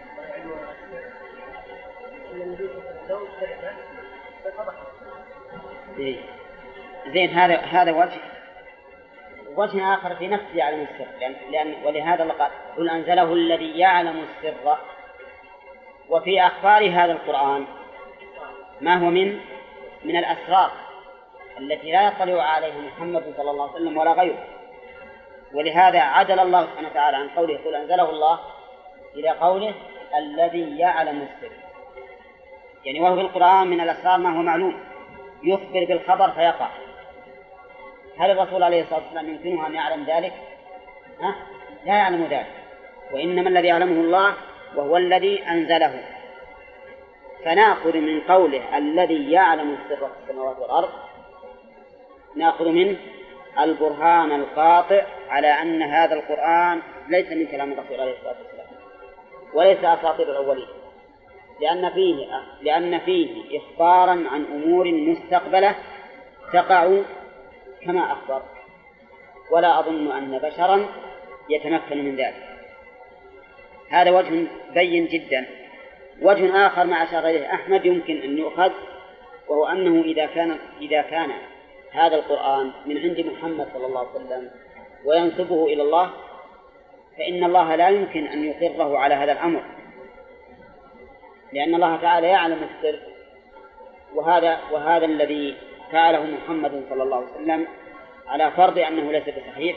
إيه؟ زين، هذا هذا وجه وجه آخر في نفس يعلم السر، لأن, لأن ولهذا قال قل أنزله الذي يعلم السر. وفي أخبار هذا القرآن ما هو من من الأسرار التي لا يطلع عليها محمد صلى الله عليه وسلم ولا غيره. ولهذا عدل الله سبحانه وتعالى عن قوله قل أنزله الله إلى قوله الذي يعلم السر، يعني وهو في القرآن من الأسرار ما هو معلوم يخبر بالخبر فيقع. هل الرسول عليه الصلاة والسلام يمكنه أن يعلم ذلك؟ ها؟ لا يعلم ذلك، وإنما الذي يعلمه الله وهو الذي أنزله. فنأخذ من قوله الذي يعلم السر في السماوات والأرض نأخذ منه البرهان القاطع على أن هذا القرآن ليس من كلام الرسول عليه الصلاة والسلام وليس أساطير الأولين، لأن فيه لأن فيه إخبارا عن أمور مستقبلة تقع كما أخبر، ولا أظن أن بشرا يتمكن من ذلك. هذا وجه بين جدا. وجه آخر ما أشار إليه أحمد يمكن أن يؤخذ، وهو أنه إذا كان إذا كان هذا القرآن من عند محمد صلى الله عليه وسلم وينسبه إلى الله، فإن الله لا يمكن أن يقره على هذا الأمر، لأن الله تعالى يعلم السر، وهذا وهذا الذي فعله محمد صلى الله عليه وسلم على فرض أنه ليس بصحيح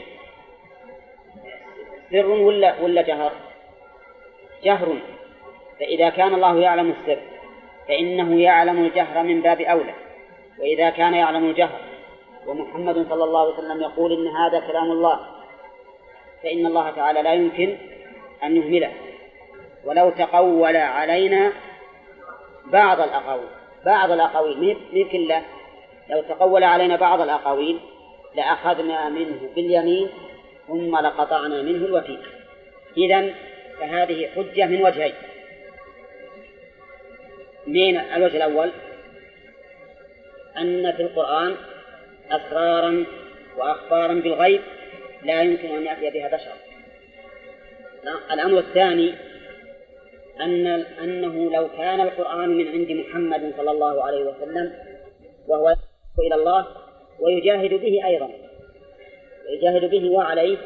سر ولا ولا جهر؟ جهر. فإذا كان الله يعلم السر فإنه يعلم الجهر من باب أولى، وإذا كان يعلم الجهر ومحمد صلى الله عليه وسلم يقول إن هذا كلام الله فإن الله تعالى لا يمكن أن يهمله. ولو تقول علينا بعض الأقاويل بعض الأقاويل ممكن له لو تقول علينا بعض الأقاويل لأخذنا منه باليمين ثم لقطعنا منه الوتين. إذن فهذه حجة من وجهين. من الوجه الأول أن في القرآن أسرارا وأخبارا بالغيب لا يمكن أن يأتي بها بشر. الأمر الثاني أن أنه لو كان القرآن من عند محمد صلى الله عليه وسلم وهو إلى الله ويجاهد به أيضا ويجاهد به وعليه،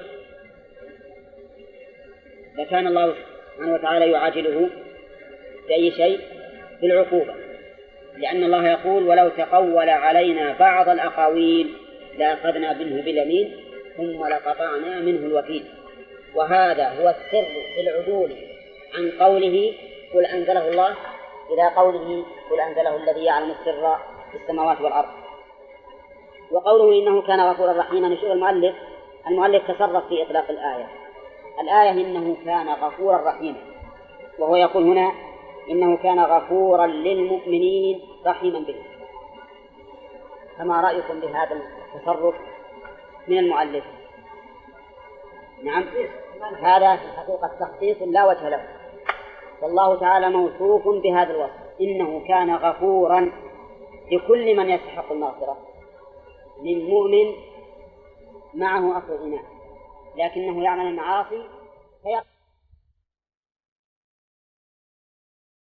لكان الله سبحانه وتعالى يعاجله بأي شيء؟ بالعقوبة، لأن الله يقول ولو تقول علينا بعض الأقاويل لأخذنا منه باليمين ثم لقطعنا منه الوتين. وهذا هو السر في العدول عن قوله قل أنزله الله إلى قوله قل أنزله الذي يعلم السر في السماوات والأرض. وقوله إنه كان غفورا رحيما، نشوف المؤلف المؤلف تصرف في إطلاق الآية. الآية إنه كان غفورا رحيما، وهو يقول هنا إنه كان غفورا للمؤمنين رحيما بهم. فما رأيكم بهذا التصرف من المؤلف؟ نعم، هذا في الحقيقة تخصيص لا وجه له، والله تعالى موصوف بهذا الوصف إنه كان غفورا لكل من يستحق المغفرة، من مؤمن معه أصل الإيمان لكنه يعمل المعاصي فيقع